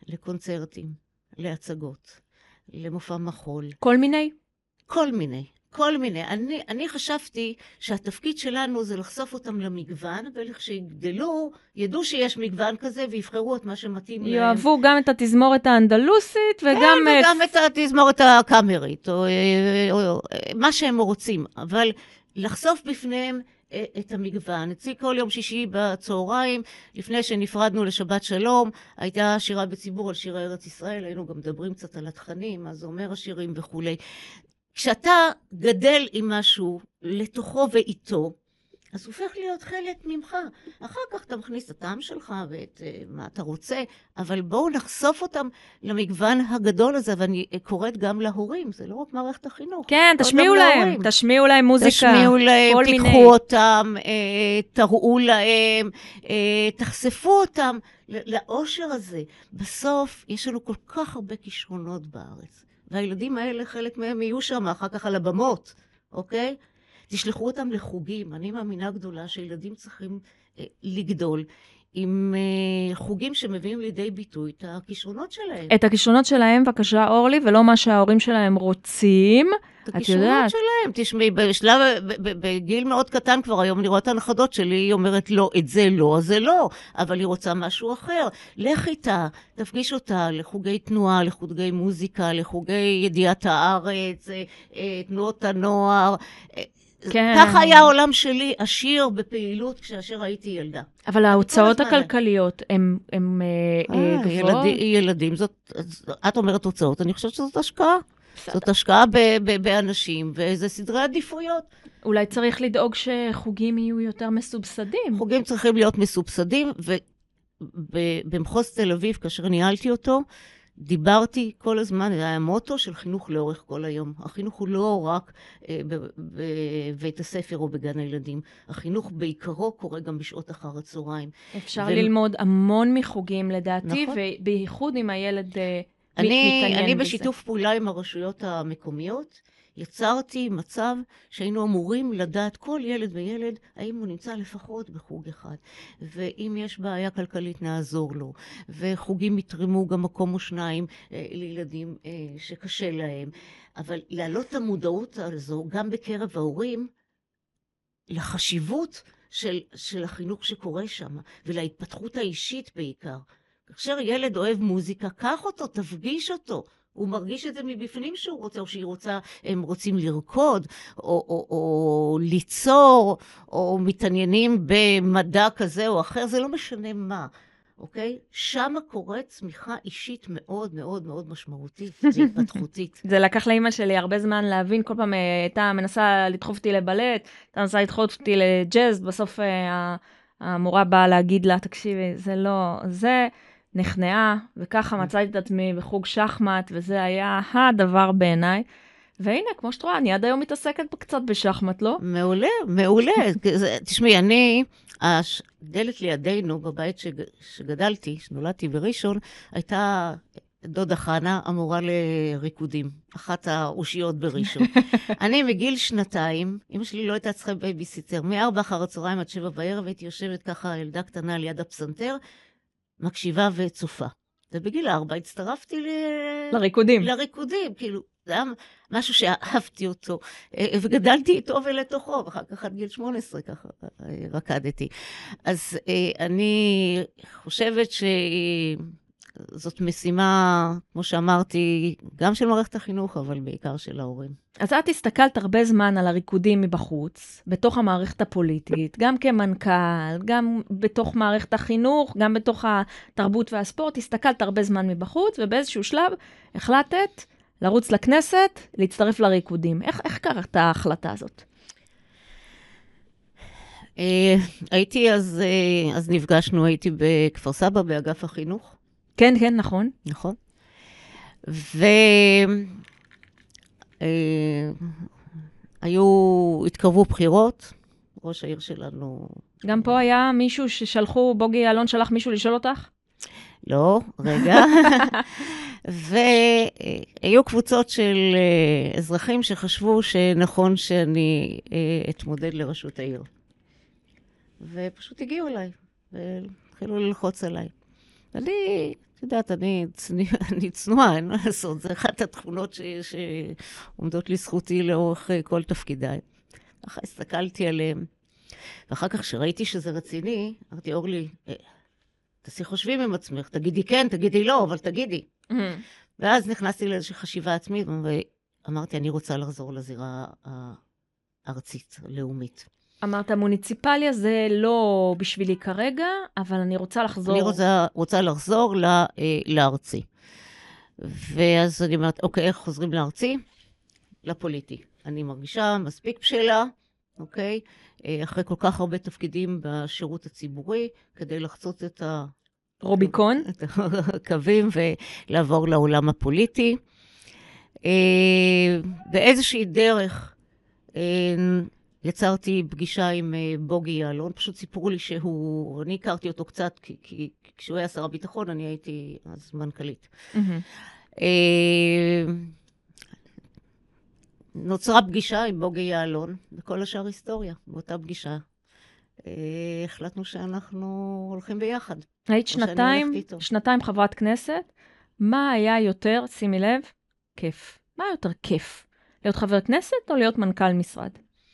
לקונצרטים, להצגות, למופע מחול. כל מיני? כל מיני. כל מיני. אני, אני חשבתי שהתפקיד שלנו זה לחשוף אותם למגוון, ולכשיגדלו, ידעו שיש מגוון כזה, ויבחרו את מה שמתאים להם. יאהבו גם את התזמורת האנדלוסית, וגם... כן, וגם את התזמורת הקאמרית, או, או, או מה שהם רוצים. אבל לחשוף בפניהם את המגוון. אצלי כל יום שישי בצהריים, לפני שנפרדנו לשבת שלום, הייתה שירה בציבור על שירי ארץ ישראל, היינו גם מדברים קצת על התכנים, אז אומר השירים וכולי. כשאתה גדל עם משהו לתוכו ואיתו, אז הוא הופך להיות חלק ממך. אחר כך אתה מכניס את הטעם שלך ואת uh, מה אתה רוצה, אבל בואו נחשוף אותם למגוון הגדול הזה, ואני קוראת גם להורים, זה לא רק מערכת החינוך. כן, תשמיעו להם, להורים. תשמיעו להם מוזיקה. תשמיעו להם, תיקחו מיני. אותם, uh, תראו להם, uh, תחשפו אותם לאושר הזה. בסוף יש לנו כל כך הרבה כישרונות בארץ, והילדים האלה, חלק מהם יהיו שם, אחר כך על הבמות, אוקיי? תשלחו אותם לחוגים. אני מאמינה גדולה שילדים צריכים אה, לגדול עם אה, חוגים שמביאים לידי ביטוי את הכישרונות שלהם. את הכישרונות שלהם, בבקשה אורלי, ולא מה שההורים שלהם רוצים. את הכישרונות שלהם. תשמעי, בשלב, בגיל מאוד קטן כבר היום, אני רואה את הנכדות שלי, היא אומרת לא, את זה לא, אז זה לא, אבל היא רוצה משהו אחר. לך איתה, תפגיש אותה לחוגי תנועה, לחוגי מוזיקה, לחוגי ידיעת הארץ, אה, אה, תנועות הנוער, אה, כן. ככה היה העולם שלי עשיר בפעילות כשאשר הייתי ילדה. אבל ההוצאות הכלכליות הן גבוהות? ילדים, זאת, את אומרת הוצאות, אני חושבת שזאת השקעה. זאת השקעה באנשים, וזה סדרי עדיפויות. אולי צריך לדאוג שחוגים יהיו יותר מסובסדים. חוגים צריכים להיות מסובסדים, ובמחוז תל אביב, כאשר ניהלתי אותו, דיברתי כל הזמן, זה היה מוטו של חינוך לאורך כל היום. החינוך הוא לא רק אה, בבית הספר או בגן הילדים. החינוך בעיקרו קורה גם בשעות אחר הצהריים. אפשר ו... ללמוד המון מחוגים לדעתי, נכון. ובייחוד אם הילד אה, אני, מתעניין אני בזה. בשיתוף פעולה עם הרשויות המקומיות, יצרתי מצב שהיינו אמורים לדעת כל ילד וילד האם הוא נמצא לפחות בחוג אחד. ואם יש בעיה כלכלית נעזור לו. וחוגים יתרמו גם מקום או שניים אה, לילדים אה, שקשה להם. אבל להעלות את המודעות הזו גם בקרב ההורים לחשיבות של, של החינוך שקורה שם ולהתפתחות האישית בעיקר. כאשר ילד אוהב מוזיקה, קח אותו, תפגיש אותו. הוא מרגיש את זה מבפנים שהוא רוצה, או שהיא רוצה, הם רוצים לרקוד, או, או, או ליצור, או מתעניינים במדע כזה או אחר, זה לא משנה מה, אוקיי? שם קורה צמיחה אישית מאוד מאוד מאוד משמעותית, והתפתחותית. זה לקח לאמא שלי הרבה זמן להבין, כל פעם הייתה מנסה לדחוף אותי לבלט, הייתה מנסה לדחוף אותי לג'אז, בסוף המורה באה להגיד לה, תקשיבי, זה לא, זה... נכנעה, וככה מצאתי את עצמי בחוג שחמט, וזה היה הדבר בעיניי. והנה, כמו שאת רואה, אני עד היום מתעסקת קצת בשחמט, לא? מעולה, מעולה. תשמעי, אני, הדלת לידינו, בבית שגדלתי, שנולדתי בראשון, הייתה דודה חנה אמורה לריקודים, אחת האושיות בראשון. אני מגיל שנתיים, אמא שלי לא הייתה צריכה בייביסיטר, מארבע אחר הצהריים עד שבע בערב, הייתי יושבת ככה ילדה קטנה ליד הפסנתר, מקשיבה וצופה. ובגיל ארבע הצטרפתי ל... לריקודים. לריקודים, כאילו, זה היה משהו שאהבתי אותו, וגדלתי איתו ולתוכו, ואחר כך עד גיל שמונה עשרה ככה רקדתי. אז אני חושבת שזאת משימה, כמו שאמרתי, גם של מערכת החינוך, אבל בעיקר של ההורים. אז את הסתכלת הרבה זמן על הריקודים מבחוץ, בתוך המערכת הפוליטית, גם כמנכ"ל, גם בתוך מערכת החינוך, גם בתוך התרבות והספורט, הסתכלת הרבה זמן מבחוץ, ובאיזשהו שלב החלטת לרוץ לכנסת, להצטרף לריקודים. איך, איך קראת ההחלטה הזאת? הייתי אז, אז נפגשנו, הייתי בכפר סבא, באגף החינוך. כן, כן, נכון. נכון. ו... היו, התקרבו בחירות, ראש העיר שלנו... גם פה היה מישהו ששלחו, בוגי אלון שלח מישהו לשאול אותך? לא, רגע. והיו קבוצות של אזרחים שחשבו שנכון שאני אתמודד לראשות העיר. ופשוט הגיעו אליי, והתחילו ללחוץ עליי. אני, את יודעת, אני, אני צנועה, אין מה לעשות, זה אחת התכונות ש, שעומדות לזכותי לאורך כל תפקידיי. ככה הסתכלתי עליהם, ואחר כך שראיתי שזה רציני, אמרתי, אורלי, תעשי חושבים עם עצמך, תגידי כן, תגידי לא, אבל תגידי. ואז נכנסתי לאיזושהי חשיבה עצמית, ואמרתי, אני רוצה לחזור לזירה הארצית, הלאומית. אמרת, המוניציפליה זה לא בשבילי כרגע, אבל אני רוצה לחזור... אני רוצה, רוצה לחזור ל, לארצי. ואז אני אומרת, אוקיי, איך חוזרים לארצי? לפוליטי. אני מרגישה מספיק בשלה, אוקיי? אחרי כל כך הרבה תפקידים בשירות הציבורי, כדי לחצות את ה... רוביקון? את הקווים ולעבור לעולם הפוליטי. באיזושהי דרך יצרתי פגישה עם בוגי יעלון, פשוט סיפרו לי שהוא, אני הכרתי אותו קצת, כי, כי כשהוא היה שר הביטחון, אני הייתי אז מנכ"לית. נוצרה פגישה עם בוגי יעלון, וכל השאר היסטוריה, באותה פגישה. החלטנו שאנחנו הולכים ביחד. היית שנתיים, שנתיים חברת כנסת, מה היה יותר, שימי לב, כיף. מה יותר כיף? להיות חבר כנסת או להיות מנכ"ל משרד?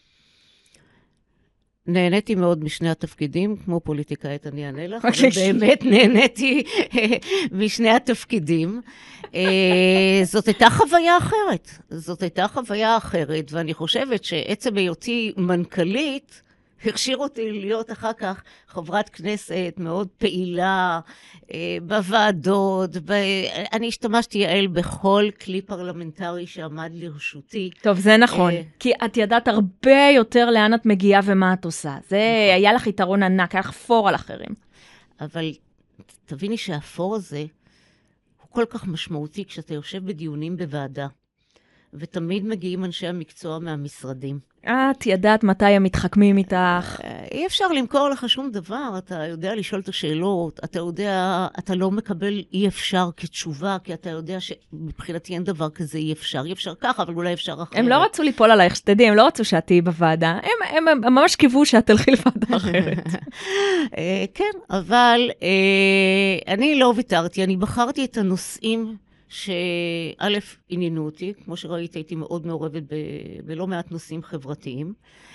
נהניתי מאוד משני התפקידים, כמו פוליטיקאית אני אענה לך, אבל באמת נהניתי משני התפקידים. זאת הייתה חוויה אחרת. זאת הייתה חוויה אחרת, ואני חושבת שעצם היותי מנכ"לית, הכשיר אותי להיות אחר כך חברת כנסת מאוד פעילה בוועדות. ב... אני השתמשתי, יעל, בכל כלי פרלמנטרי שעמד לרשותי. טוב, זה נכון. כי את ידעת הרבה יותר לאן את מגיעה ומה את עושה. זה היה לך יתרון ענק, היה לך פור על אחרים. אבל תביני שהפור הזה הוא כל כך משמעותי כשאתה יושב בדיונים בוועדה, ותמיד מגיעים אנשי המקצוע מהמשרדים. את ידעת מתי הם מתחכמים איתך. אי אפשר למכור לך שום דבר, אתה יודע לשאול את השאלות, אתה יודע, אתה לא מקבל אי אפשר כתשובה, כי אתה יודע שמבחינתי אין דבר כזה אי אפשר, אי אפשר ככה, אבל אולי אפשר אחרת. הם לא רצו ליפול עלייך, שתדעי, הם לא רצו שאת תהיי בוועדה, הם, הם, הם ממש קיוו שאת תלכי לוועדה אחרת. כן, אבל אני לא ויתרתי, אני בחרתי את הנושאים, שא' עניינו אותי, כמו שראית הייתי מאוד מעורבת ב- בלא מעט נושאים חברתיים,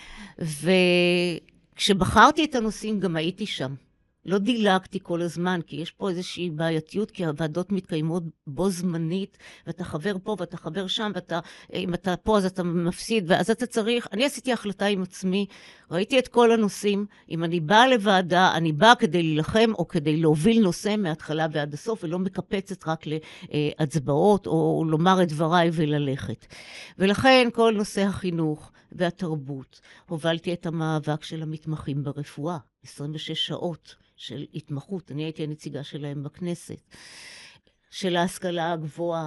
וכשבחרתי את הנושאים גם הייתי שם. לא דילגתי כל הזמן, כי יש פה איזושהי בעייתיות, כי הוועדות מתקיימות בו זמנית, ואתה חבר פה ואתה חבר שם, ואתה, אם אתה פה אז אתה מפסיד, ואז אתה צריך, אני עשיתי החלטה עם עצמי, ראיתי את כל הנושאים, אם אני באה לוועדה, אני באה כדי להילחם, או כדי להוביל נושא מההתחלה ועד הסוף, ולא מקפצת רק להצבעות, או לומר את דבריי וללכת. ולכן כל נושא החינוך והתרבות, הובלתי את המאבק של המתמחים ברפואה, עשרים ושש שעות. של התמחות, אני הייתי הנציגה שלהם בכנסת, של ההשכלה הגבוהה,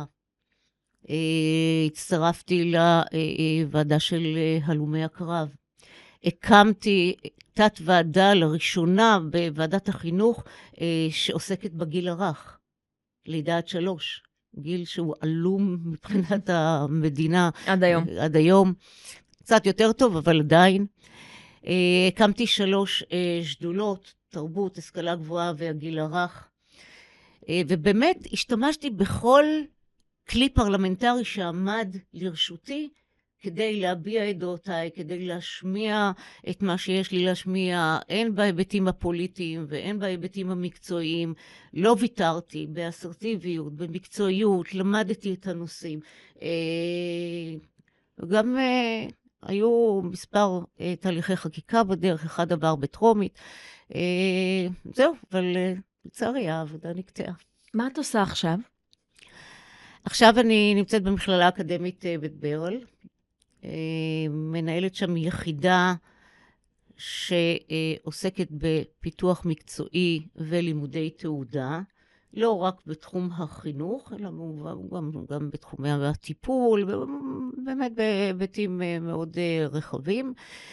הצטרפתי לוועדה של הלומי הקרב, הקמתי תת ועדה לראשונה בוועדת החינוך שעוסקת בגיל הרך, לידה עד שלוש, גיל שהוא עלום מבחינת המדינה. עד היום. עד היום, קצת יותר טוב, אבל עדיין. הקמתי שלוש שדולות, תרבות, השכלה גבוהה והגיל הרך, ובאמת השתמשתי בכל כלי פרלמנטרי שעמד לרשותי, כדי להביע את דעותיי, כדי להשמיע את מה שיש לי להשמיע, הן בהיבטים הפוליטיים והן בהיבטים המקצועיים. לא ויתרתי באסרטיביות, במקצועיות, למדתי את הנושאים. וגם היו מספר תהליכי חקיקה בדרך, אחד עבר בטרומית. זהו, אבל לצערי העבודה נקטעה. מה את עושה עכשיו? עכשיו אני נמצאת במכללה האקדמית בית ברל, מנהלת שם יחידה שעוסקת בפיתוח מקצועי ולימודי תעודה, לא רק בתחום החינוך, אלא גם, גם בתחומי הטיפול, באמת בהיבטים מאוד רחבים.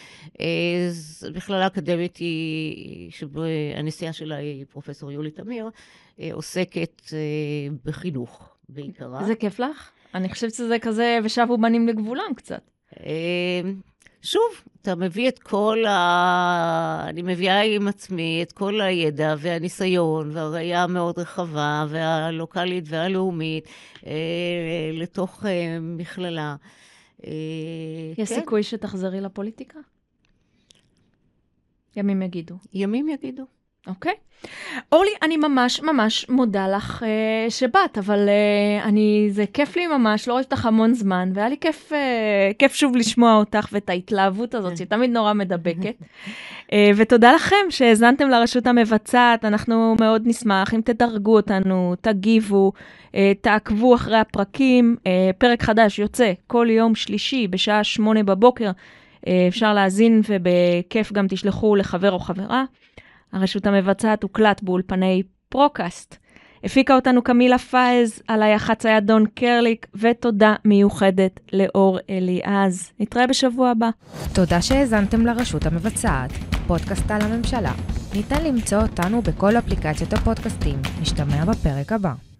מכללה האקדמית היא, שהנשיאה שלה היא פרופסור יולי תמיר, עוסקת בחינוך בעיקרה. זה כיף לך? אני חושבת שזה כזה ושבו בנים לגבולם קצת. שוב, אתה מביא את כל ה... אני מביאה עם עצמי את כל הידע והניסיון והראייה המאוד רחבה והלוקלית והלאומית אה, לתוך אה, מכללה. אה, יש כן. סיכוי שתחזרי לפוליטיקה? ימים יגידו. ימים יגידו. אוקיי. אורלי, אני ממש ממש מודה לך uh, שבאת, אבל uh, אני, זה כיף לי ממש, לא ראיתי אותך המון זמן, והיה לי כיף, uh, כיף שוב לשמוע אותך ואת ההתלהבות הזאת, שהיא תמיד נורא מדבקת. uh, ותודה לכם שהזנתם לרשות המבצעת, אנחנו מאוד נשמח אם תדרגו אותנו, תגיבו, uh, תעקבו אחרי הפרקים, uh, פרק חדש יוצא כל יום שלישי בשעה שמונה בבוקר, uh, אפשר להזין ובכיף גם תשלחו לחבר או חברה. הרשות המבצעת הוקלט באולפני פרוקאסט. הפיקה אותנו קמילה פייז, עליי החצאיה דון קרליק, ותודה מיוחדת לאור אליעז. נתראה בשבוע הבא. תודה שהאזנתם לרשות המבצעת, פודקאסט על הממשלה. ניתן למצוא אותנו בכל אפליקציות הפודקאסטים. נשתמע בפרק הבא.